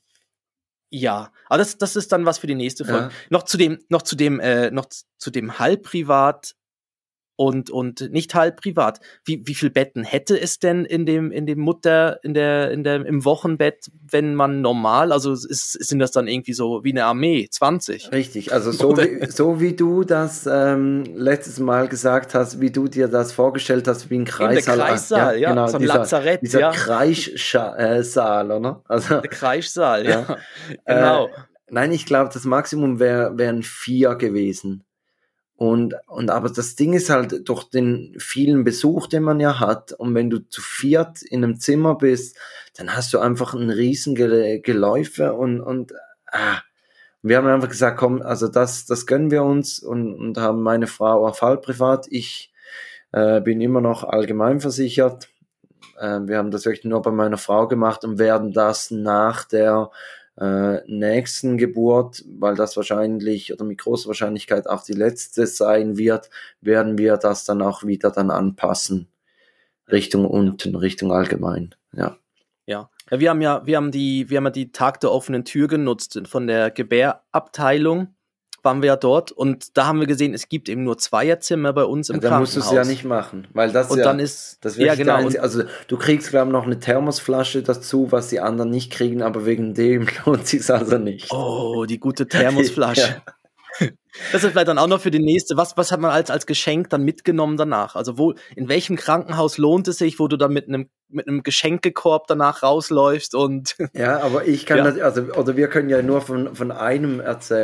ja, aber das, das ist dann was für die nächste Folge. Ja. Noch zu dem, noch zu dem, äh, noch z- zu dem halbprivat und, und nicht halb privat. Wie, wie viel Betten hätte es denn in dem, in dem Mutter, in der, in der, im Wochenbett, wenn man normal, also ist, sind das dann irgendwie so wie eine Armee, zwanzig? Richtig, also so Oder- wie, so wie du das ähm, letztes Mal gesagt hast, wie du dir das vorgestellt hast, wie ein der Kreissaal. Kreissaal, ja, genau, so ein dieser, Lazarett, dieser ja. Kreissaal, oder? Also, Der Kreischsaal, ja. Ja. Genau. Äh, nein, ich glaube, das Maximum wär, wären vier gewesen. Und, und aber das Ding ist halt durch den vielen Besuch, den man ja hat, und wenn du zu viert in einem Zimmer bist, dann hast du einfach ein riesen Gel- Geläufe und, und ah. Wir haben einfach gesagt, komm, also das, das gönnen wir uns und, und haben meine Frau auf halb privat. Ich äh, bin immer noch allgemein versichert. Äh, wir haben das wirklich nur bei meiner Frau gemacht und werden das nach der äh, nächsten Geburt, weil das wahrscheinlich oder mit großer Wahrscheinlichkeit auch die letzte sein wird, werden wir das dann auch wieder dann anpassen. Richtung unten, Richtung allgemein. Ja. Ja. Ja, wir haben ja, wir haben die, wir haben ja die Tag der offenen Tür genutzt. Von der Gebärabteilung waren wir ja dort und da haben wir gesehen, es gibt eben nur Zweierzimmer bei uns im Da musst Krankenhaus. du es ja nicht machen, weil das Und ja, dann ist, das ja wirklich genau, der und, einzige- also du kriegst glaube ich noch eine Thermosflasche dazu, was die anderen nicht kriegen, aber wegen dem lohnt sich's also nicht. oh, die gute Thermosflasche. Das ist vielleicht dann auch noch für die nächste. Was, was hat man als, als Geschenk dann mitgenommen danach? Also wo, in welchem Krankenhaus lohnt es sich, wo du dann mit einem, mit einem Geschenkekorb danach rausläufst und Ja, aber ich kann, Ja. das, also, oder wir können ja nur von, von einem erzählen.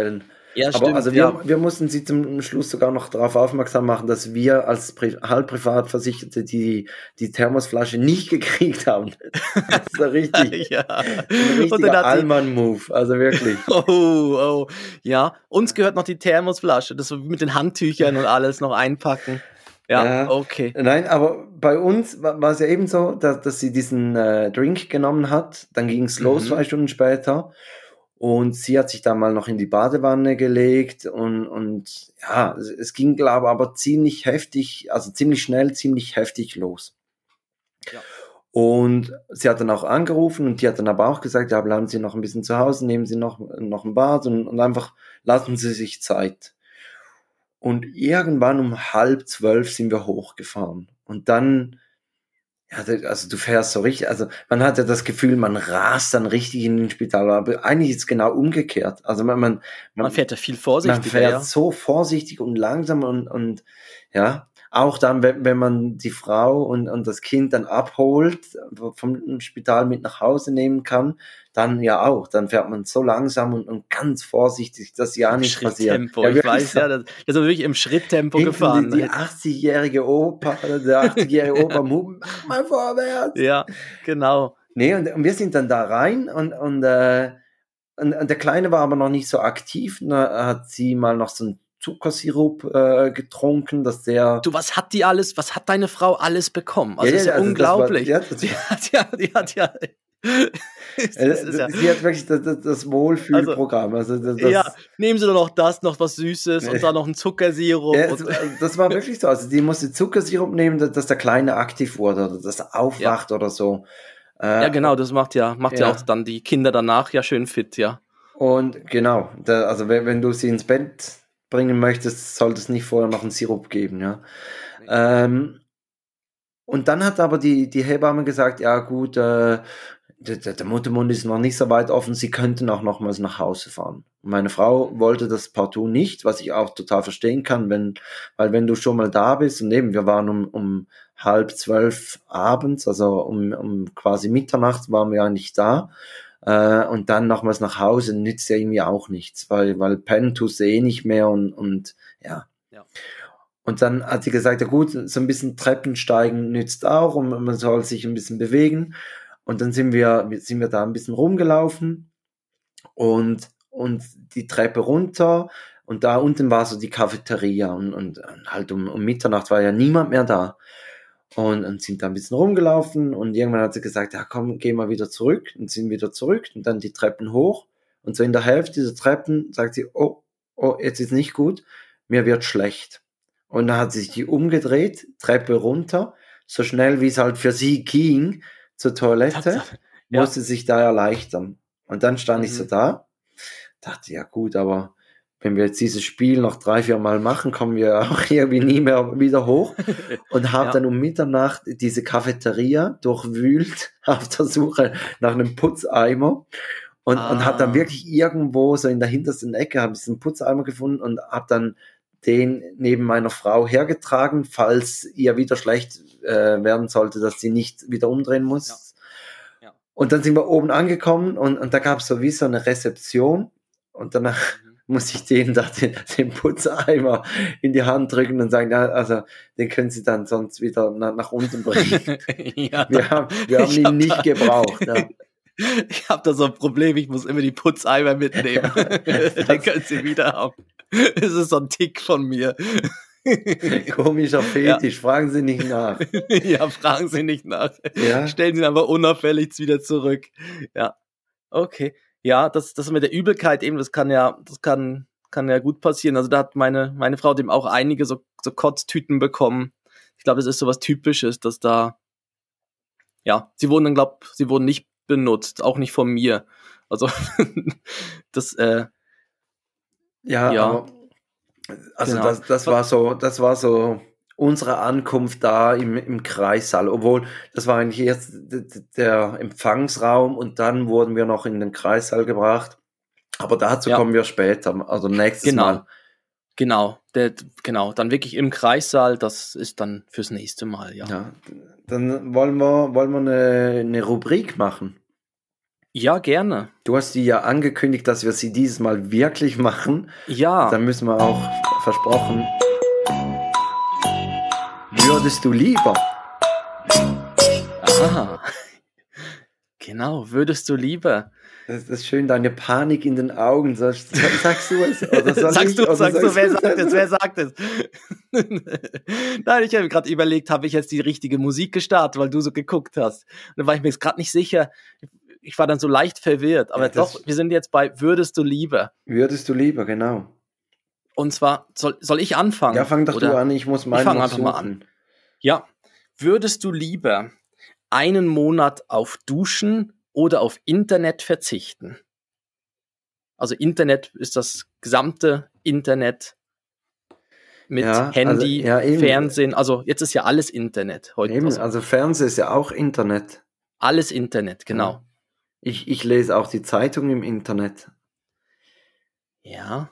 Ja, Aber stimmt, also wir, ja. wir mussten sie zum Schluss sogar noch darauf aufmerksam machen, dass wir als Pri halb Privatversicherte die, die Thermosflasche nicht gekriegt haben. Das ist ein richtig, Ja. ein Und dann richtiger hat sie, Allmann-Move, also wirklich. oh, oh, ja, uns gehört noch die Thermosflasche, das so mit den Handtüchern und alles noch einpacken. Ja, Ja, okay. nein, aber bei uns war, war es ja eben so, dass, dass sie diesen äh, Drink genommen hat. Dann ging es los, Mhm. zwei Stunden später. Und sie hat sich dann mal noch in die Badewanne gelegt. Und, und ja, es, es ging, glaube ich, aber ziemlich heftig, also ziemlich schnell, ziemlich heftig los. Ja. Und sie hat dann auch angerufen und die hat dann aber auch gesagt, ja, bleiben Sie noch ein bisschen zu Hause, nehmen Sie noch, noch ein Bad und, und einfach lassen Sie sich Zeit. Und irgendwann um halb zwölf sind wir hochgefahren. Und dann, ja, also du fährst so richtig, also man hat ja das Gefühl, man rast dann richtig in den Spital, aber eigentlich ist es genau umgekehrt. Also man, man, Man man, fährt ja viel man vorsichtiger, fährt ja. so vorsichtig und langsam und, und ja, auch dann, wenn, wenn man die Frau und, und das Kind dann abholt, vom Spital mit nach Hause nehmen kann, dann ja auch, dann fährt man so langsam und, und ganz vorsichtig, dass ja Im nichts passiert. Schritttempo, Ja, ich wirklich weiß, so. ja, da da sind wir wirklich im Schritttempo Hinten gefahren. die, die achtzigjährige Opa, der achtzigjährige Opa, mach mal vorwärts. Ja, genau. Nee, und, und wir sind dann da rein und, und, äh, und, und der Kleine war aber noch nicht so aktiv. Da hat sie mal noch so einen Zuckersirup äh, getrunken, dass der... Du, was hat die alles, was hat deine Frau alles bekommen? Also, Ja, ist ja, ja also das war- unglaublich. die hat- Die hat ja, die hat ja, das Äh, ist ja, Sie hat wirklich das, das, das Wohlfühlprogramm. Also das, das, ja, nehmen Sie doch noch das, noch was Süßes und dann noch einen Zuckersirup. ja, und, das, das war wirklich so. Also die musste Zuckersirup nehmen, dass dass der Kleine aktiv wurde oder dass er aufwacht oder so. Äh, ja, genau, das macht ja, macht ja. Ja. auch dann die Kinder danach ja schön fit, ja. Und genau, da, also wenn, wenn du sie ins Bett bringen möchtest, sollte es nicht vorher noch einen Sirup geben, ja. Nee. Ähm, und dann hat aber die, die Hebamme gesagt, ja gut, äh, der, der Muttermund ist noch nicht so weit offen, sie könnten auch nochmals nach Hause fahren. Und meine Frau wollte das partout nicht, was ich auch total verstehen kann, wenn, weil wenn du schon mal da bist, und eben, wir waren um, um halb zwölf abends, also um, um quasi Mitternacht waren wir eigentlich da, äh, und dann nochmals nach Hause nützt ja irgendwie auch nichts, weil, weil pennen tust du eh nicht mehr und, und ja. Ja. Und dann hat sie gesagt, ja gut, so ein bisschen Treppensteigen nützt auch und man soll sich ein bisschen bewegen. Und dann sind wir, sind wir da ein bisschen rumgelaufen und, und die Treppe runter und da unten war so die Cafeteria und, und halt um, um Mitternacht war ja niemand mehr da. Und, und sind da ein bisschen rumgelaufen und irgendwann hat sie gesagt, ja komm, geh mal wieder zurück und sind wieder zurück und dann die Treppen hoch und so in der Hälfte dieser Treppen sagt sie, oh, oh, jetzt ist nicht gut, mir wird schlecht. Und dann hat sie sich umgedreht, Treppe runter, so schnell wie es halt für sie ging, zur Toilette, Ja. musste sich da erleichtern. Und dann stand Mhm. ich so da, dachte, ja gut, aber wenn wir jetzt dieses Spiel noch drei, vier Mal machen, kommen wir auch irgendwie nie mehr wieder hoch. Und habe Ja. dann um Mitternacht diese Cafeteria durchwühlt auf der Suche nach einem Putzeimer. Und, Ah. und habe dann wirklich irgendwo so in der hintersten Ecke habe ich diesen Putzeimer gefunden und habe dann den neben meiner Frau hergetragen, falls ihr wieder schlecht äh, werden sollte, dass sie nicht wieder umdrehen muss. Ja. Ja. Und dann sind wir oben angekommen und, und da gab es so wie so eine Rezeption und danach Mhm. muss ich denen da den, den Putzeimer in die Hand drücken und sagen, ja, also den können sie dann sonst wieder nach, nach unten bringen. Ja, Wir haben, wir haben ich ihn hab nicht da- gebraucht. Ja. Ich habe da so ein Problem, ich muss immer die Putzeimer mitnehmen. Den können Sie wieder haben. Das ist so ein Tick von mir. Komischer Fetisch, fragen Sie nicht nach. Ja, fragen Sie nicht nach. Ja. Stellen Sie ihn einfach unauffällig wieder zurück. Ja, okay. Ja, das, das mit der Übelkeit eben, das kann ja, das kann, kann ja gut passieren. Also da hat meine, meine Frau dem auch einige so, so Kotztüten bekommen. Ich glaube, es ist sowas Typisches, dass da, ja, sie wurden dann, glaub, sie wurden nicht benutzt, auch nicht von mir. Also, das, äh, Ja, Ja. aber also Genau. das, das war so, das war so unsere Ankunft da im, im Kreissaal, obwohl das war eigentlich erst d- d- der Empfangsraum und dann wurden wir noch in den Kreissaal gebracht. Aber dazu Ja. kommen wir später, also nächstes Genau. Mal. genau, der, genau, dann wirklich im Kreissaal, das ist dann fürs nächste Mal, ja. Ja, dann wollen wir, wollen wir eine, eine Rubrik machen. Ja, gerne. Du hast die ja angekündigt, dass wir sie dieses Mal wirklich machen. Ja. Dann müssen wir auch versprochen. Würdest du lieber? Aha. Genau, würdest du lieber? Das ist schön, deine Panik in den Augen. Sagst, sagst du es? Oder soll sagst ich, du, oder sagst du, wer sagst sagt es? Wer sagt es? Nein, ich habe gerade überlegt, habe ich jetzt die richtige Musik gestartet, weil du so geguckt hast. Und dann war ich mir jetzt gerade nicht sicher. Ich war dann so leicht verwirrt. Aber Ja, das- doch, wir sind jetzt bei Würdest du lieber? Würdest du lieber, genau. Und zwar, soll, soll ich anfangen? Ja, fang doch oder? du an, ich muss meinen Ich fang noch einfach mal suchen. Ja. Würdest du lieber einen Monat auf Duschen oder auf Internet verzichten? Also Internet ist das gesamte Internet mit Ja, Handy, also, ja, eben. Fernsehen. Also jetzt ist ja alles Internet heute. Eben, Also also Fernsehen ist ja auch Internet. alles Internet, genau. Ich, ich lese auch die Zeitung im Internet. Ja.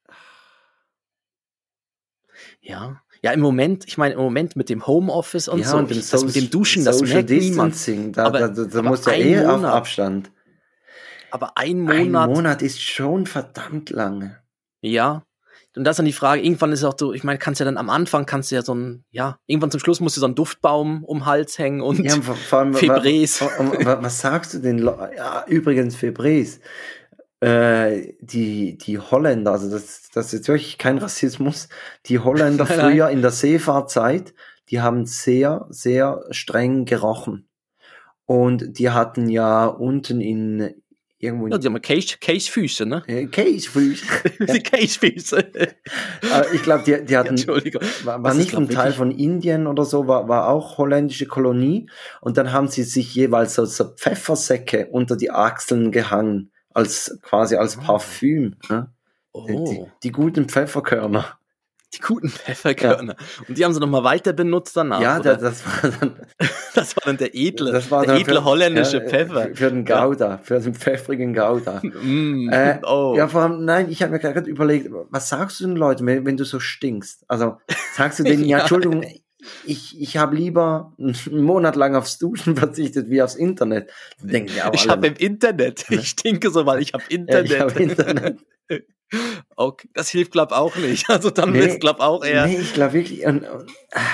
Ja. Ja, im Moment, ich meine, im Moment mit dem Homeoffice und ja, so, und dem ich, das mit dem Duschen, das Social merkt niemand. Distancing, da, Aber- da, da, da aber musst du ja ein eh auf Monat. Abstand. Aber ein Ein Monat, Monat ist schon verdammt lange. ja. Und das ist dann die Frage, irgendwann ist es auch so, ich meine, kannst ja dann am Anfang, kannst du ja so ein, ja, irgendwann zum Schluss musst du so einen Duftbaum um den Hals hängen und Ja, vor, vor allem, Febreze. wa- wa- wa- was sagst du den Leuten? Ja, übrigens Febreze. Äh, die, die Holländer, also das, das ist jetzt wirklich kein Rassismus, die Holländer Nein, nein. früher in der Seefahrtzeit, die haben sehr, sehr streng gerochen. Und die hatten ja unten in irgendwo Ja, in die haben Case, Casefüße, ne? äh, Käsefüße. Die Casefüße. Äh, ich glaube, die, die hatten, Entschuldigung. war, Das war ist, nicht glaub, ein Teil wirklich- von Indien oder so, war, war auch holländische Kolonie. Und dann haben sie sich jeweils so, so Pfeffersäcke unter die Achseln gehangen, als quasi als Oh. Parfüm. Ne? Die, Oh, die, die guten Pfefferkörner. die guten Pfefferkörner. Und die haben sie nochmal weiter benutzt danach, ja, oder? da, das war dann, Das war dann der edle, das war der dann edle für- holländische ja, Pfeffer. Für, für den Gouda, für den pfeffrigen Gouda. Mm, Äh, oh. Ja, vor allem, nein, ich habe mir gerade überlegt, was sagst du den Leuten, wenn, wenn du so stinkst? Also sagst du denen, ja, Ja. Entschuldigung, ich, ich habe lieber einen Monat lang aufs Duschen verzichtet wie aufs Internet. Die denken ja auch ich alle, habe im Internet. Ich stinke so, weil ich habe ja, Internet. ich habe Internet. Okay, das hilft, glaub auch nicht. Also dann Nee, wird glaub auch eher. Nee, ich glaube wirklich. Und, und,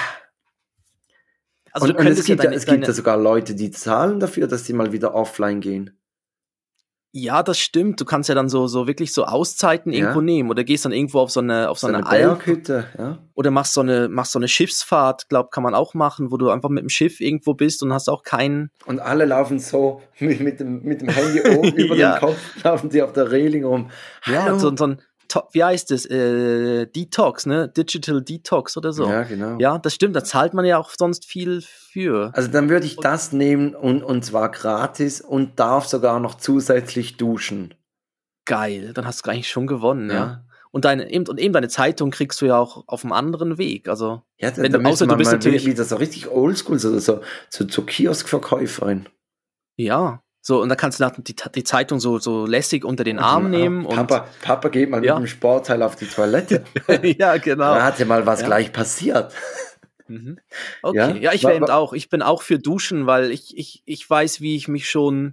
Also und, du und es, könntest ja gibt ja, deine, es gibt deine, ja sogar Leute, die zahlen dafür, dass sie mal wieder offline gehen. ja, das stimmt. Du kannst ja dann so, so wirklich so Auszeiten Ja. irgendwo nehmen oder gehst dann irgendwo auf so eine, auf so So eine, eine Alp Berghütte, ja. oder machst so eine, machst so eine Schiffsfahrt, glaub, kann man auch machen, wo du einfach mit dem Schiff irgendwo bist und hast auch keinen. Und alle laufen so mit, mit, dem, mit dem Handy oben über Ja. dem Kopf, laufen sie auf der Reling rum. Ja, Hallo. so, so ein, To- wie heißt es? Äh, Detox, ne? Digital Detox oder so. Ja, genau. Ja, das stimmt. Da zahlt man ja auch sonst viel für. Also dann würde ich das nehmen und, und zwar gratis und darf sogar noch zusätzlich duschen. Geil, dann hast du eigentlich schon gewonnen, ja. Ja. Und deine, eben, und eben deine Zeitung kriegst du ja auch auf einem anderen Weg. Also, Ja, da, Wenn da du- müsste außer du man bist mal natürlich- wieder so richtig oldschool, so, so, so zur Kioskverkäuferin. ja. So, und da kannst du dann die, die Zeitung so, so lässig unter den Arm nehmen und. Papa, Papa geht mal Ja. mit dem Sportteil auf die Toilette. ja, genau. Da hat ja mal was Ja. gleich passiert. Mhm. Okay, Ja? ja, ich Wa- wäre eben wa- auch. Ich bin auch für Duschen, weil ich, ich, ich weiß, wie ich mich schon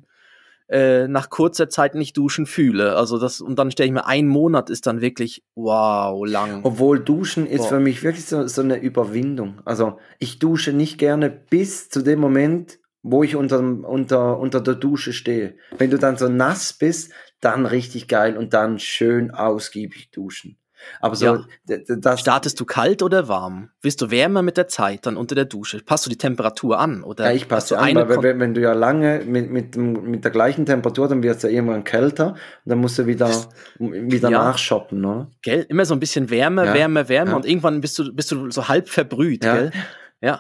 äh, nach kurzer Zeit nicht duschen fühle. Also das, und dann stelle ich mir, ein Monat ist dann wirklich wow, lang. Obwohl Duschen ist Boah. für mich wirklich so, so eine Überwindung. Also ich dusche nicht gerne bis zu dem Moment, wo ich unter, unter, unter der Dusche stehe. Wenn du dann so nass bist, dann richtig geil und dann schön ausgiebig duschen. Aber so, Ja. d- d- das, Startest du kalt oder warm? Wirst du wärmer mit der Zeit dann unter der Dusche? Passt du die Temperatur an? Oder ja, ich hast passe du an, eine weil Kon- wenn, wenn du ja lange mit, mit, dem, mit der gleichen Temperatur, dann wird es ja irgendwann kälter und dann musst du wieder, wieder Ja. nachshoppen, oder? Gell? Immer so ein bisschen wärmer, Ja, wärmer, wärmer ja. und irgendwann bist du, bist du so halb verbrüht, Ja. gell? Ja.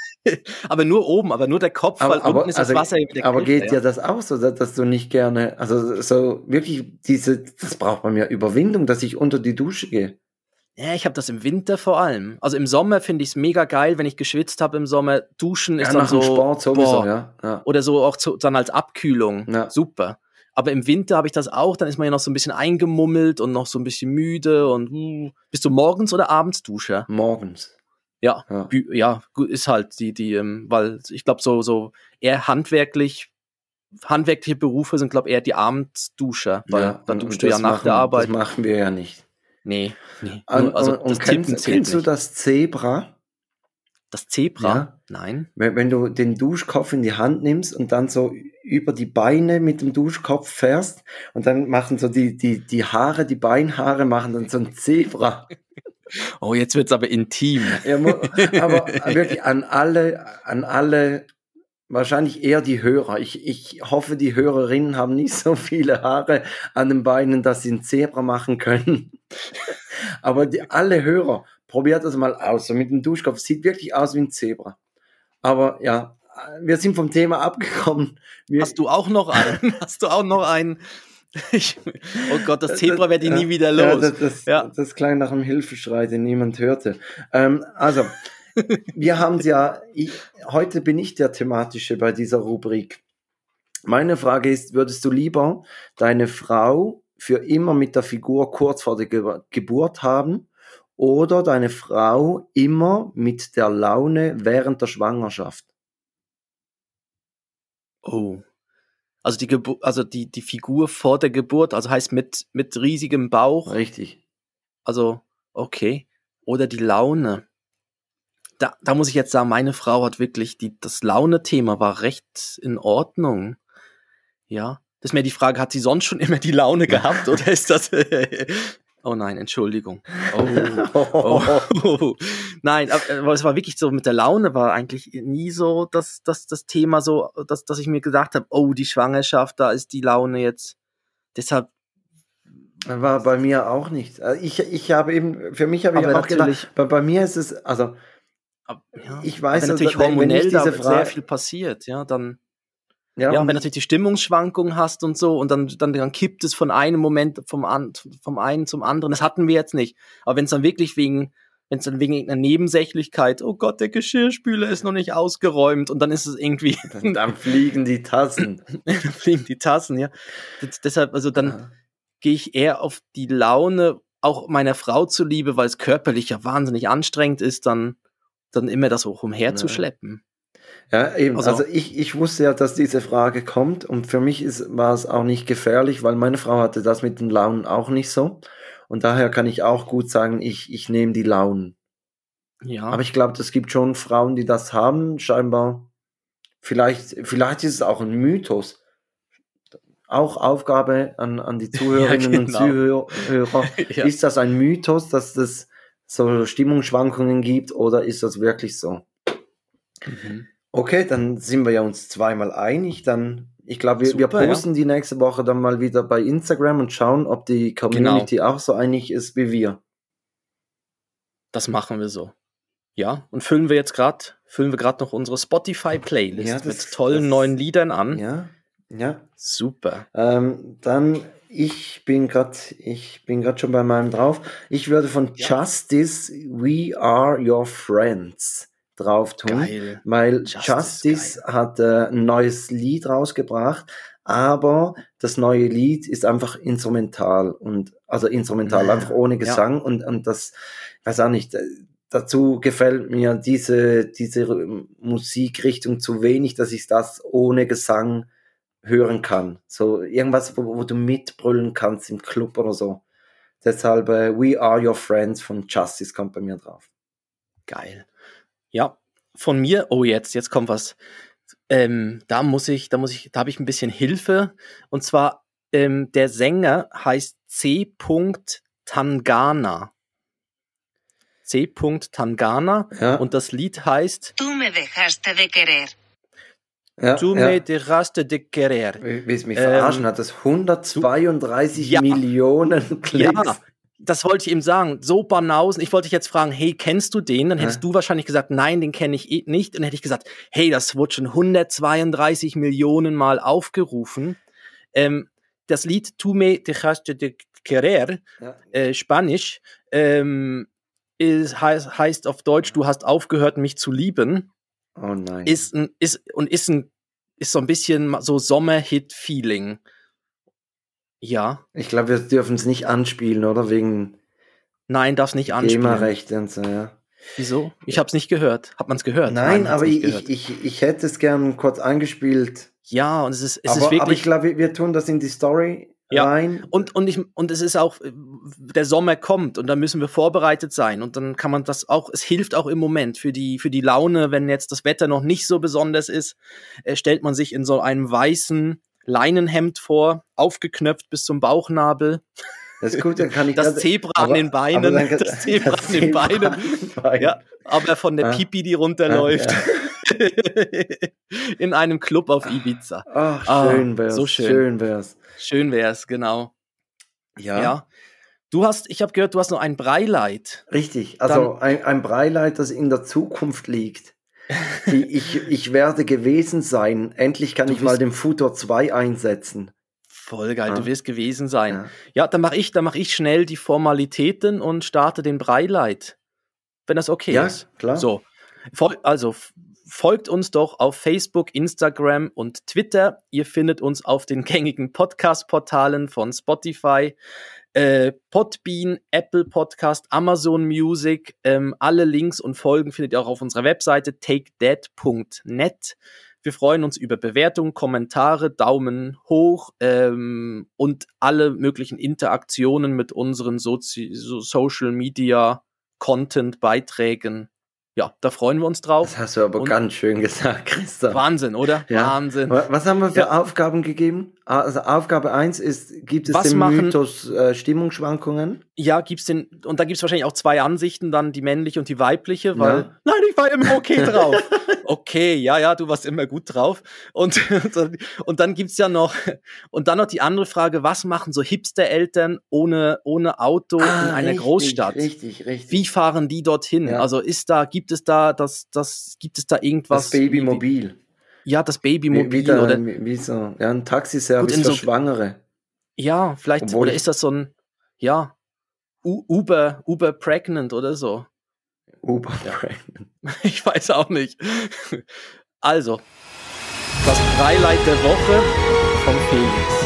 aber nur oben, aber nur der Kopf, weil Aber, unten ist das also, Wasser wieder aber kälter, geht dir das auch so, dass, dass du nicht gerne, also so wirklich diese, das braucht man ja Überwindung, dass ich unter die Dusche gehe. Ja, ich habe das im Winter vor allem. Also im Sommer finde ich es mega geil, wenn ich geschwitzt habe im Sommer. Duschen ist Ja, dann nach so. dem Sport sowieso, boah. ja. ja. Oder so auch zu, dann als Abkühlung. Ja. Super. Aber im Winter habe ich das auch, dann ist man ja noch so ein bisschen eingemummelt und noch so ein bisschen müde und uh, bist du morgens oder abends Duscher? Morgens. Ja, Ja. Bü- ja, gut, ist halt die, die, ähm, weil ich glaube, so, so eher handwerklich handwerkliche Berufe sind, glaube ich, eher die Abendduscher, weil Ja, da und, duschst und du ja das nach machen, der Arbeit. das machen wir ja nicht. Nee, nee. Und, Nur, also und, und das Tippen kennst, zählt kennst du nicht. das Zebra? Das Zebra? Ja. Nein. Wenn, wenn du den Duschkopf in die Hand nimmst und dann so über die Beine mit dem Duschkopf fährst und dann machen so die, die, die Haare, die Beinhaare machen dann so ein Zebra. Oh, jetzt wird's aber intim. Ja, mo- aber wirklich an alle, an alle, wahrscheinlich eher die Hörer. Ich, ich hoffe, die Hörerinnen haben nicht so viele Haare an den Beinen, dass sie ein Zebra machen können. Aber die, alle Hörer, probiert das mal aus. So mit dem Duschkopf. Sieht wirklich aus wie ein Zebra. Aber ja, wir sind vom Thema abgekommen. Wir, Hast du auch noch einen? Hast du auch noch einen? Ich, oh Gott, das Zebra werde ich nie wieder los. Ja, das, das, Ja. das klang nach einem Hilfeschrei, den niemand hörte. Ähm, also, wir haben es ja, ich, heute bin ich der Thematische bei dieser Rubrik. Meine Frage ist, würdest du lieber deine Frau für immer mit der Figur kurz vor der Ge- Geburt haben oder deine Frau immer mit der Laune während der Schwangerschaft? Oh. Also die Gebu- also die, die Figur vor der Geburt, also heißt mit, mit riesigem Bauch. Richtig. Also, okay. Oder die Laune. Da, da muss ich jetzt sagen, meine Frau hat wirklich, die, das Laune-Thema war recht in Ordnung. Ja. Das ist mir die Frage, hat sie sonst schon immer die Laune gehabt oder ist das... Oh nein, Entschuldigung. Oh, oh, oh. Nein, aber es war wirklich so, mit der Laune war eigentlich nie so das, das, das Thema so, dass, dass ich mir gedacht habe, oh, die Schwangerschaft, da ist die Laune jetzt. Deshalb. War bei mir auch nicht. Also Ich, ich habe eben, für mich habe ich Aber auch gedacht, natürlich- bei, bei mir ist es, also Ja, ich weiß, wenn natürlich also, wenn- wenn ich hormonell da diese sehr Frage- viel passiert, ja, dann. ja, Ja, und wenn natürlich die Stimmungsschwankungen hast und so und dann, dann, dann kippt es von einem Moment vom, an, vom einen zum anderen. Das hatten wir jetzt nicht. Aber wenn es dann wirklich wegen, wenn es dann wegen irgendeiner Nebensächlichkeit, oh Gott, der Geschirrspüler ist noch nicht ausgeräumt und dann ist es irgendwie, dann, dann fliegen die Tassen. dann fliegen die Tassen, ja. Das, deshalb, also dann Ja. gehe ich eher auf die Laune, auch meiner Frau zuliebe, weil es körperlich ja wahnsinnig anstrengend ist, dann, dann immer das hoch umherzuschleppen. Ja, eben. Also- Also, ich, ich wusste ja, dass diese Frage kommt und für mich ist, war es auch nicht gefährlich, weil meine Frau hatte das mit den Launen auch nicht so. Und daher kann ich auch gut sagen, ich, ich nehme die Launen. Ja. Aber ich glaube, es gibt schon Frauen, die das haben, scheinbar. Vielleicht, vielleicht ist es auch ein Mythos. Auch Aufgabe an, an die Zuhörerinnen Ja, und genau. Zuhörer. Ja. Ist das ein Mythos, dass es so Stimmungsschwankungen gibt oder ist das wirklich so? Mhm. Okay, dann sind wir ja uns zweimal einig. Dann, ich glaube, wir, wir Super, ja. posten die nächste Woche dann mal wieder bei Instagram und schauen, ob die Community Genau. auch so einig ist wie wir. Das machen wir so. Ja, und füllen wir jetzt gerade, füllen wir gerade noch unsere Spotify-Playlist Ja, das- mit tollen das- neuen Liedern an. Ja, ja. Super. Ähm, dann, ich bin gerade, ich bin gerade schon bei meinem drauf. Ich würde von Ja. Justice We Are Your Friends drauf tun, Geil. weil Justice, Justice hat äh, ein neues Lied rausgebracht, aber das neue Lied ist einfach instrumental und also instrumental, Ja, einfach ohne ja. Gesang und und das, ich weiß auch nicht. äh, Dazu gefällt mir diese diese Musikrichtung zu wenig, dass ich das ohne Gesang hören kann. So irgendwas, wo, wo du mitbrüllen kannst im Club oder so. Deshalb äh, We Are Your Friends von Justice kommt bei mir drauf. Geil. Ja, von mir, oh jetzt, jetzt kommt was. Ähm, da muss ich, da muss ich, da habe ich ein bisschen Hilfe. Und zwar, ähm, der Sänger heißt C. Tangana. C. Tangana. Ja. Und das Lied heißt Tú me dejaste de querer. Ja, Tu ja. me dejaste de querer. Wie es mich Ähm, verarschen hat, das hundertzweiunddreißig Ja. Millionen Klicks. Ja, das wollte ich ihm sagen. So Banausen. Ich wollte dich jetzt fragen, hey, kennst du den? Dann hättest Ja. du wahrscheinlich gesagt, nein, den kenne ich eh nicht. Und dann hätte ich gesagt, hey, das wurde schon hundertzweiunddreißig Millionen Mal aufgerufen. Ähm, das Lied Tu me dejaste de querer, Ja. äh, Spanisch, ähm, ist, heißt, heißt auf Deutsch, du hast aufgehört, mich zu lieben. Oh nein. Ist ein, ist, und ist ein, ist so ein bisschen so Sommerhit-Feeling. Ja. Ich glaube, wir dürfen es nicht anspielen, oder? Wegen Nein, darf's nicht anspielen. GEMA-Rechte und so, ja. Wieso? Ich hab's nicht gehört. Hat man's gehört? Nein, hat's aber nicht ich, gehört. ich, ich, ich hätte es gern kurz angespielt. Ja, und es ist, es aber, ist wirklich. aber ich glaube, wir, wir tun das in die Story ja. rein. Und, und, ich, und es ist auch, der Sommer kommt und da müssen wir vorbereitet sein. Und dann kann man das auch, es hilft auch im Moment für die, für die Laune, wenn jetzt das Wetter noch nicht so besonders ist, äh, stellt man sich in so einem weißen Leinenhemd vor, aufgeknöpft bis zum Bauchnabel. Das ist gut, dann kann ich das grad, Zebra aber, an den Beinen, dann, das Zebra das an den Zebra Beinen. an den Beinen. Ja, aber von der Ah. Pipi, die runterläuft. Ah, in einem Club auf Ibiza. Ach, schön Ah, wär's. so schön. Schön wär's. Schön wär's, genau. Ja. ja. Du hast, ich habe gehört, du hast noch ein Breileid. Richtig, also Dann, ein, ein Breileid, das in der Zukunft liegt. ich, ich werde gewesen sein. Endlich kann Du ich mal wirst- den Futur zwei einsetzen. voll geil, Ja. du wirst gewesen sein. Ja. Ja, dann mache ich, dann mach ich schnell die Formalitäten und starte den Breileid. Wenn das okay Ja, ist. klar. So, Fol- also f- folgt uns doch auf Facebook, Instagram und Twitter. Ihr findet uns auf den gängigen Podcast-Portalen von Spotify, äh, Podbean, Apple Podcast, Amazon Music. Ähm, alle Links und Folgen findet ihr auch auf unserer Webseite take that punkt net. Wir freuen uns über Bewertungen, Kommentare, Daumen hoch ähm, und alle möglichen Interaktionen mit unseren Sozi- so Social Media Content, Beiträgen. Ja, da freuen wir uns drauf. Das hast du aber Und- ganz schön gesagt, Christoph. Wahnsinn, oder? Ja. Wahnsinn. Wa- Was haben wir für Ja. Aufgaben gegeben? Also Aufgabe eins ist, gibt es Was den machen- Mythos äh, Stimmungsschwankungen? Ja, gibt's den, und da gibt's wahrscheinlich auch zwei Ansichten, dann die männliche und die weibliche, weil, Ja. nein, ich war immer okay drauf. Okay, ja, ja, du warst immer gut drauf. Und, und dann gibt's ja noch, und dann noch die andere Frage, was machen so Hipster-Eltern ohne, ohne Auto Ah, in einer richtig, Großstadt? Richtig, richtig. Wie fahren die dorthin? Ja. Also ist da, gibt es da, das, das, gibt es da irgendwas? das Babymobil. Wie, ja, das Wie, Babymobil wieder, oder, wie, wie so, ja, ein Taxiservice Gut, in für so- Schwangere. ja, vielleicht, Obwohl oder ich- ist das so ein, ja, U- Uber, Uber Pregnant oder so? Uber. Ich weiß auch nicht. Also, das Breileid der Woche von Felix.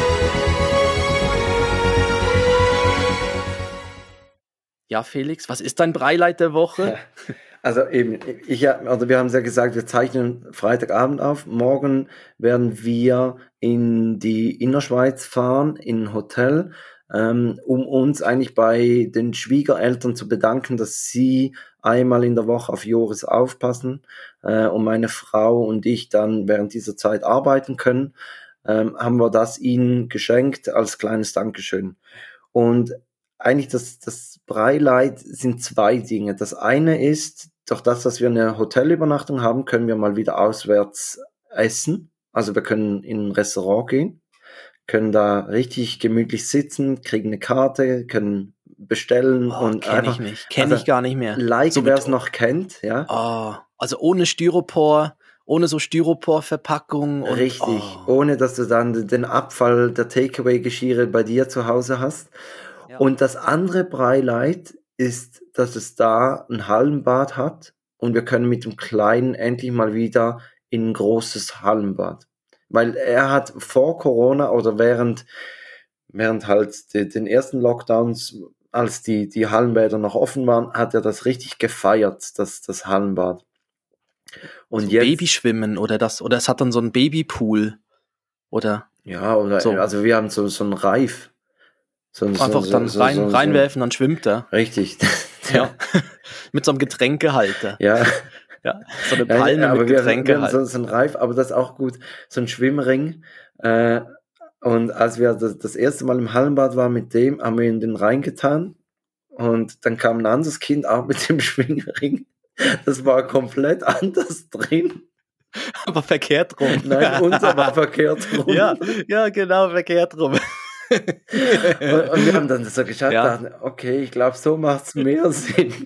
Ja, Felix, was ist dein Breileid der Woche? Also eben, ich, also wir haben es ja gesagt, wir zeichnen Freitagabend auf. Morgen werden wir in die Innerschweiz fahren, in ein Hotel, ähm, um uns eigentlich bei den Schwiegereltern zu bedanken, dass sie einmal in der Woche auf Joris aufpassen äh, und meine Frau und ich dann während dieser Zeit arbeiten können. Ähm, haben wir das ihnen geschenkt als kleines Dankeschön. Und eigentlich das, das Breileid sind zwei Dinge. Das eine ist, durch das, dass wir eine Hotelübernachtung haben, können wir mal wieder auswärts essen. Also wir können in ein Restaurant gehen, können da richtig gemütlich sitzen, kriegen eine Karte, können bestellen Oh, und kenn einfach ich nicht, kenn also ich gar nicht mehr. like, So wer mit- es noch kennt, ja. Oh, also ohne Styropor, ohne so Styropor-Verpackung. und- Richtig, Oh. ohne dass du dann den Abfall der Takeaway-Geschirre bei dir zu Hause hast. Ja. Und das andere Breileid ist, dass es da ein Hallenbad hat und wir können mit dem Kleinen endlich mal wieder in ein großes Hallenbad. Weil er hat vor Corona oder während, während halt de, den ersten Lockdowns, als die, die Hallenbäder noch offen waren, hat er das richtig gefeiert, das, das Hallenbad. Und so jetzt, Babyschwimmen oder das, oder es hat dann so einen Babypool. Oder ja, oder, So. also wir haben so, so einen Reif. So, ein- einfach so, dann so, rein, so, so, reinwerfen, dann schwimmt er. Richtig. Ja. Mit so einem Getränkehalter. Ja. Ja. So eine Ja, Palme aber mit wir, wir haben Getränkehalter. so, so ein Reif, aber das ist auch gut, so ein Schwimmring. Äh, und als wir das, das erste Mal im Hallenbad waren mit dem, haben wir ihn den reingetan und dann kam ein anderes Kind auch mit dem Schwingring. Das war komplett anders drin. Aber verkehrt rum. Nein, unser war verkehrt rum. Ja, ja, genau, verkehrt rum. Und, und wir haben dann so geschaut, Ja. dachten, okay, ich glaube, so macht es mehr Sinn.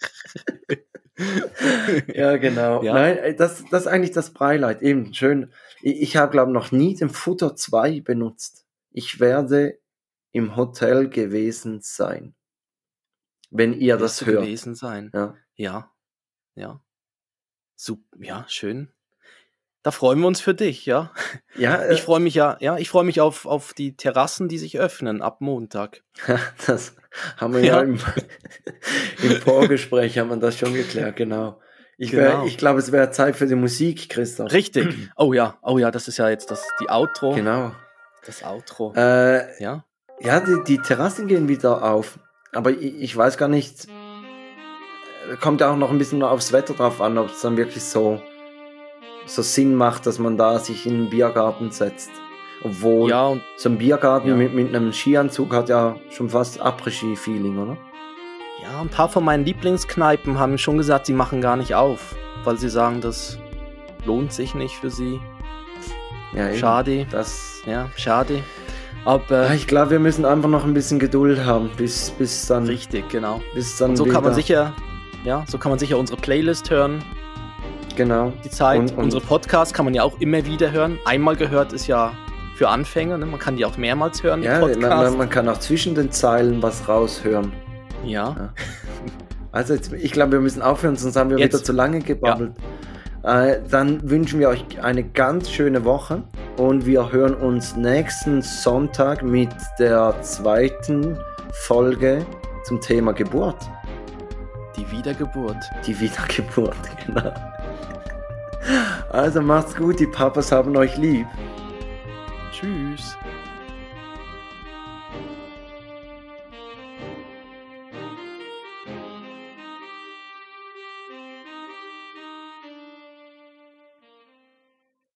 Ja, genau. Ja. Nein, ey, das, das ist eigentlich das Breileid. Eben, schön. Ich, ich habe, glaube ich, noch nie den Futter zwei benutzt. Ich werde im Hotel gewesen sein. Wenn ihr Wirst das du hört. gewesen sein. Ja. Ja, ja. Sup ja, schön. Da freuen wir uns für dich, ja. Ja, äh, Ich freue mich ja, ja, ich freue mich auf, auf die Terrassen, die sich öffnen ab Montag. das haben wir ja, Ja. im, im Vorgespräch haben wir das schon geklärt, genau. Ich, wär, Genau. ich glaube, es wäre Zeit für die Musik, Christoph. Richtig. Oh ja, oh ja, das ist ja jetzt das, die Outro. Genau. Das Outro. Äh, Ja. ja, die, die Terrassen gehen wieder auf. Aber ich, ich weiß gar nicht, äh, kommt ja auch noch ein bisschen aufs Wetter drauf an, ob es dann wirklich so, so Sinn macht, dass man da sich in einen Biergarten setzt. Obwohl Ja, und so ein Biergarten Ja. mit, mit einem Skianzug hat ja schon fast Après-Ski-Feeling, oder? ja, ein paar von meinen Lieblingskneipen haben schon gesagt, sie machen gar nicht auf, weil sie sagen, das lohnt sich nicht für sie. Ja, eben. Schade. Das, Ja, schade. Aber ja, ich glaube, wir müssen einfach noch ein bisschen Geduld haben, bis, bis dann, richtig, genau. bis dann Und so wieder, kann man sicher, ja, so kann man sicher unsere Playlist hören, genau. die Zeit. Und- und- unsere Podcasts kann man ja auch immer wieder hören. Einmal gehört ist ja für Anfänger, ne? Man kann die auch mehrmals hören, die Ja, man, Podcasts. man, man kann auch zwischen den Zeilen was raushören. ja. Also jetzt, ich glaube, wir müssen aufhören, sonst haben wir Jetzt. wieder zu lange gebabbelt. Äh, dann wünschen wir euch eine ganz schöne Woche und wir hören uns nächsten Sonntag mit der zweiten Folge zum Thema Geburt. Die Wiedergeburt. Die Wiedergeburt, genau. Also macht's gut, die Papas haben euch lieb. Tschüss.